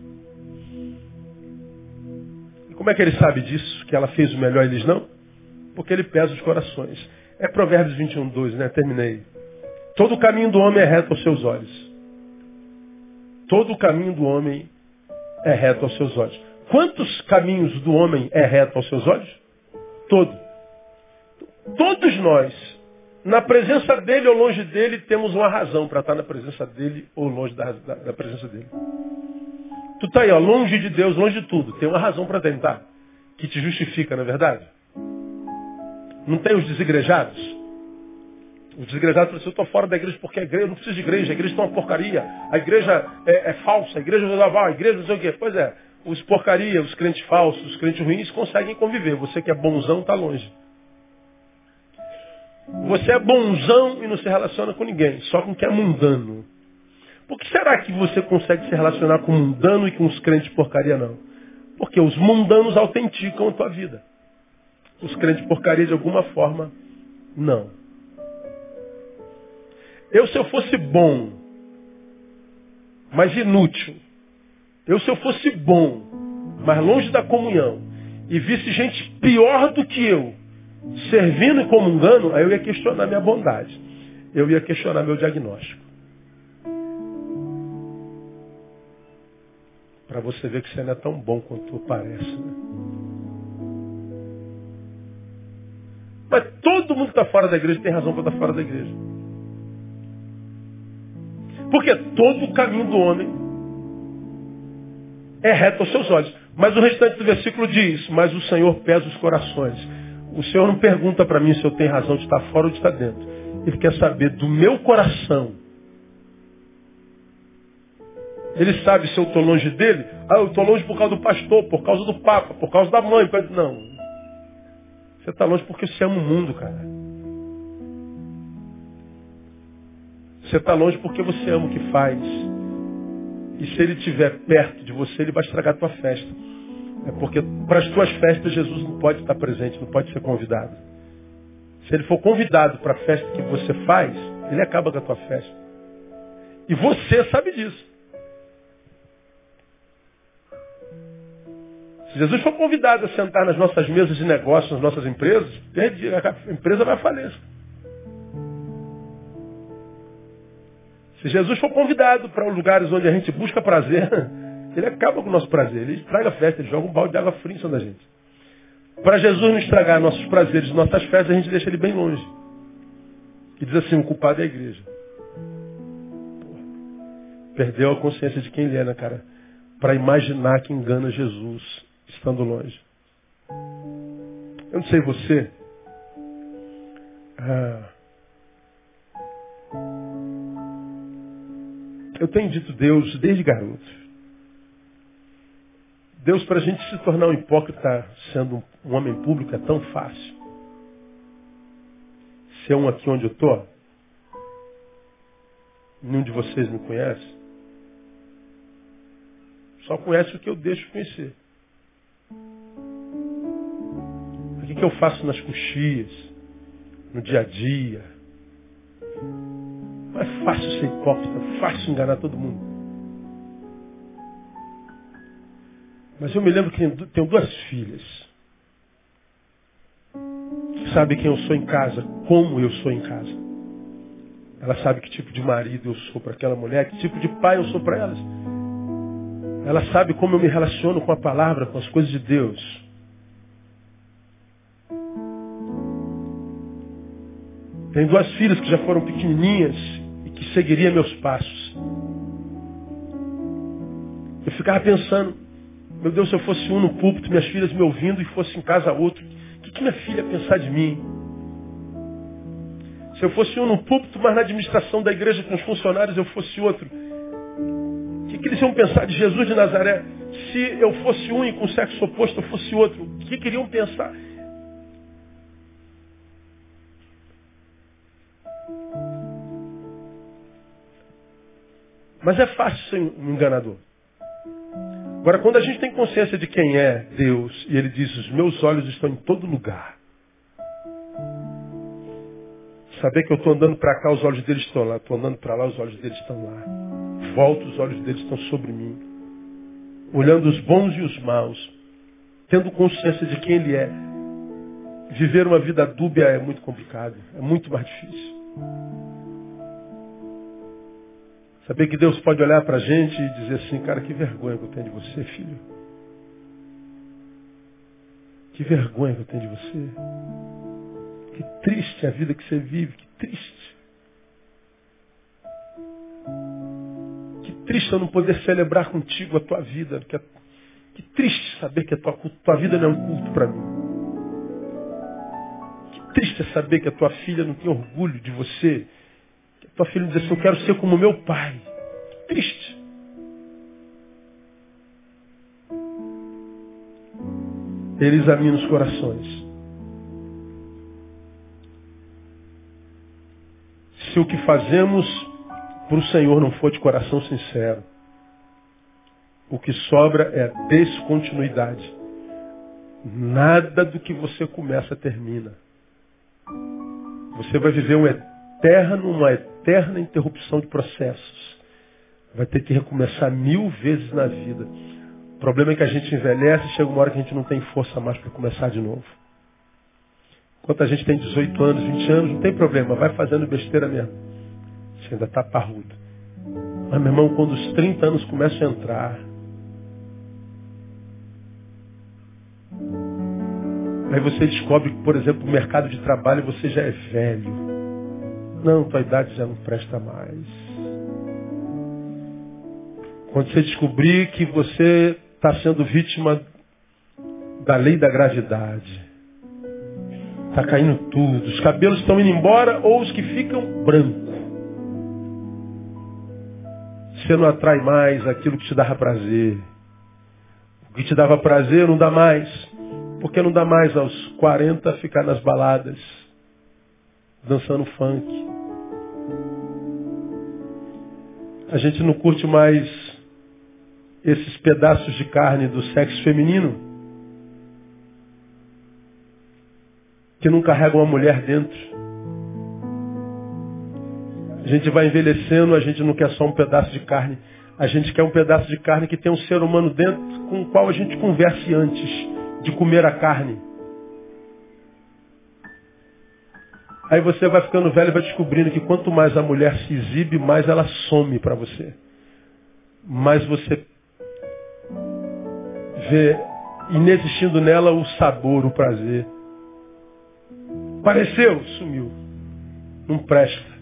E como é que ele sabe disso? Que ela fez o melhor e eles não? Porque ele pesa os corações. É Provérbios 21:2, né? Terminei. Todo o caminho do homem é reto aos seus olhos. Todo o caminho do homem é reto aos seus olhos. Quantos caminhos do homem é reto aos seus olhos? Todo. Todos nós, na presença dele ou longe dele, temos uma razão para estar na presença dele ou longe da presença dele. Tu está aí, ó, longe de Deus, longe de tudo. Tem uma razão para tentar, que te justifica, não é verdade? Não tem os desigrejados? Os desigrejados falam assim, eu estou fora da igreja porque a igreja, eu não preciso de igreja, a igreja está uma porcaria, a igreja é falsa, a igreja a igreja não sei o quê. Pois é, os porcaria, os crentes falsos, os crentes ruins conseguem conviver. Você que é bonzão está longe. Você é bonzão e não se relaciona com ninguém, só com quem é mundano. Por que será que você consegue se relacionar com o mundano e com os crentes porcaria não? Porque os mundanos autenticam a tua vida. Os crentes porcaria de alguma forma, não. Se eu fosse bom, mas inútil. Se eu fosse bom, mas longe da comunhão, e visse gente pior do que eu, servindo e comungando, aí eu ia questionar minha bondade. Eu ia questionar meu diagnóstico. Para você ver que você não é tão bom quanto parece. Né? Mas todo mundo que está fora da igreja tem razão para estar fora da igreja. Porque todo o caminho do homem é reto aos seus olhos. Mas o restante do versículo diz, mas o Senhor pesa os corações. O Senhor não pergunta para mim se eu tenho razão de estar fora ou de estar dentro. Ele quer saber do meu coração. Ele sabe se eu estou longe dele. Ah, eu estou longe por causa do pastor, por causa do papa, por causa da mãe. Não. Você está longe porque você ama o mundo, cara. Você está longe porque você ama o que faz. E se ele estiver perto de você, ele vai estragar a tua festa. É porque para as tuas festas Jesus não pode estar presente, não pode ser convidado. Se ele for convidado para a festa que você faz, ele acaba com a tua festa. E você sabe disso. Se Jesus for convidado a sentar nas nossas mesas de negócios, nas nossas empresas, a empresa vai falecer. Se Jesus for convidado para lugares onde a gente busca prazer, ele acaba com o nosso prazer. Ele estraga a festa, ele joga um balde de água fria em cima da gente. Para Jesus não estragar nossos prazeres, nossas festas, a gente deixa ele bem longe. E diz assim, o culpado é a igreja. Perdeu a consciência de quem ele é, né, cara? Para imaginar que engana Jesus, estando longe. Eu não sei você. Eu tenho dito Deus desde garoto. Deus, para a gente se tornar um hipócrita sendo um homem público é tão fácil. Ser um aqui onde eu estou, nenhum de vocês me conhece. Só conhece o que eu deixo conhecer. O que eu faço nas coxias, no dia a dia. Não é fácil ser hipócrita, é fácil enganar todo mundo. Mas eu me lembro que tenho duas filhas. Que sabem quem eu sou em casa, como eu sou em casa. Ela sabe que tipo de marido eu sou para aquela mulher, que tipo de pai eu sou para elas. Ela sabe como eu me relaciono com a palavra, com as coisas de Deus. Tenho duas filhas que já foram pequenininhas e que seguiriam meus passos. Eu ficava pensando, meu Deus, se eu fosse um no púlpito, minhas filhas me ouvindo e fosse em casa outro, o que minha filha ia pensar de mim? Se eu fosse um no púlpito, mas na administração da igreja com os funcionários eu fosse outro, o que eles iam pensar de Jesus de Nazaré? Se eu fosse um e com sexo oposto eu fosse outro, o que iriam pensar? Mas é fácil ser um enganador. Agora, quando a gente tem consciência de quem é Deus, e Ele diz, os meus olhos estão em todo lugar. Saber que eu estou andando para cá, os olhos deles estão lá. Estou andando para lá, os olhos deles estão lá. Volto, os olhos deles estão sobre mim. Olhando os bons e os maus. Tendo consciência de quem Ele é. Viver uma vida dúbia é muito complicado. É muito mais difícil. Saber que Deus pode olhar para a gente e dizer assim, cara, que vergonha que eu tenho de você, filho. Que vergonha que eu tenho de você. Que triste a vida que você vive, que triste. Que triste eu não poder celebrar contigo a tua vida. Que triste saber que a tua vida não é um culto para mim. Que triste é saber que a tua filha não tem orgulho de você. Tua filha diz assim, eu quero ser como meu pai. Triste. Ele examina os corações. Se o que fazemos para o Senhor não for de coração sincero, o que sobra é descontinuidade. Nada do que você começa termina. Você vai viver uma eterna interrupção de processos. Vai ter que recomeçar 1000 vezes na vida. O problema é que a gente envelhece e chega uma hora que a gente não tem força mais para começar de novo. Enquanto a gente tem 18 anos, 20 anos, não tem problema, vai fazendo besteira mesmo. Você ainda está parrudo. Mas, meu irmão, quando os 30 anos começam a entrar, Aí você descobre que, por exemplo, no mercado de trabalho você já é velho. Não, tua idade já não presta mais. Quando você descobrir que você está sendo vítima da lei da gravidade. Está caindo tudo. Os cabelos estão indo embora ou os que ficam brancos. Você não atrai mais aquilo que te dava prazer. O que te dava prazer não dá mais. Porque não dá mais aos 40 ficar nas baladas, dançando funk. A gente não curte mais esses pedaços de carne do sexo feminino que não carregam a mulher dentro. A gente vai envelhecendo, a gente não quer só um pedaço de carne. A gente quer um pedaço de carne que tem um ser humano dentro com o qual a gente converse antes de comer a carne. Aí você vai ficando velho e vai descobrindo que quanto mais a mulher se exibe, mais ela some para você. Mais você vê inexistindo nela o sabor, o prazer. Apareceu, sumiu. Não presta.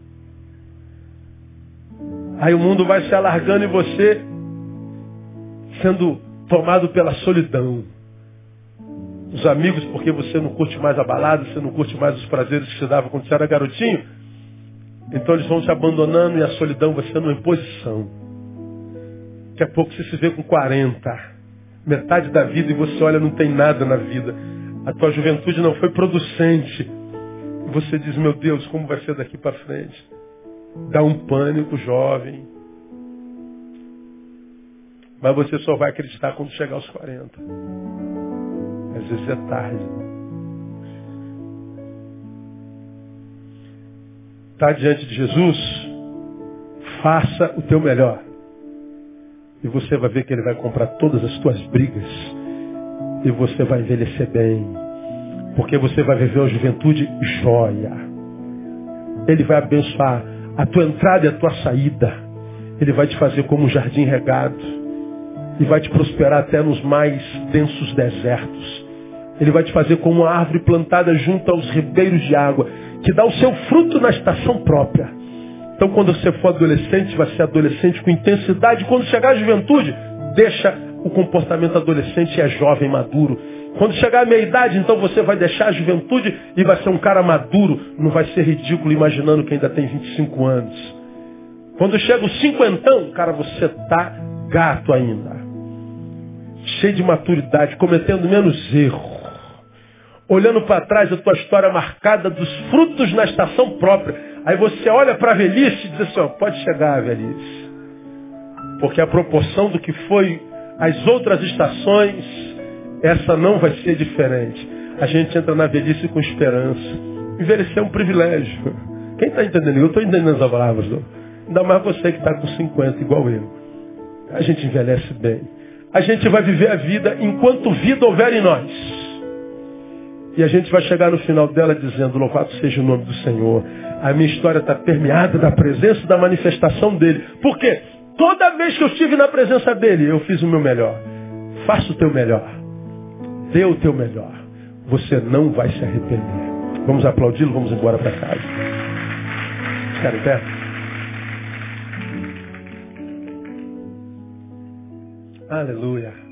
Aí o mundo vai se alargando e você sendo tomado pela solidão. Os amigos, porque você não curte mais a balada, você não curte mais os prazeres que você dava quando você era garotinho. Então eles vão te abandonando e a solidão vai sendo uma imposição. Daqui a pouco você se vê com 40. Metade da vida e você olha, não tem nada na vida. A tua juventude não foi producente. E você diz, meu Deus, como vai ser daqui para frente? Dá um pânico, jovem. Mas você só vai acreditar quando chegar aos 40. Às vezes é tarde. Está diante de Jesus? Faça o teu melhor. E você vai ver que Ele vai comprar todas as tuas brigas. E você vai envelhecer bem. Porque você vai viver uma juventude jóia. Ele vai abençoar a tua entrada e a tua saída. Ele vai te fazer como um jardim regado. E vai te prosperar até nos mais densos desertos. Ele vai te fazer como uma árvore plantada junto aos ribeiros de água, que dá o seu fruto na estação própria. Então quando você for adolescente, vai ser adolescente com intensidade. Quando chegar a juventude, deixa o comportamento adolescente e é jovem, maduro. Quando chegar a meia-idade, então você vai deixar a juventude e vai ser um cara maduro. Não vai ser ridículo imaginando que ainda tem 25 anos. Quando chega o cinquentão, cara, você tá gato ainda. Cheio de maturidade, cometendo menos erro. Olhando para trás a tua história marcada dos frutos na estação própria. Aí você olha para a velhice e diz assim, ó, pode chegar a velhice. Porque a proporção do que foi as outras estações, essa não vai ser diferente. A gente entra na velhice com esperança. Envelhecer é um privilégio. Quem está entendendo? Eu estou entendendo as palavras. Não? Ainda mais você que está com 50, igual eu. A gente envelhece bem. A gente vai viver a vida enquanto vida houver em nós. E a gente vai chegar no final dela dizendo, louvado seja o nome do Senhor. A minha história está permeada da presença e da manifestação dele. Por quê? Toda vez que eu estive na presença dele, eu fiz o meu melhor. Faça o teu melhor. Dê o teu melhor. Você não vai se arrepender. Vamos aplaudi-lo, vamos embora para casa. Ficar em pé? Aleluia.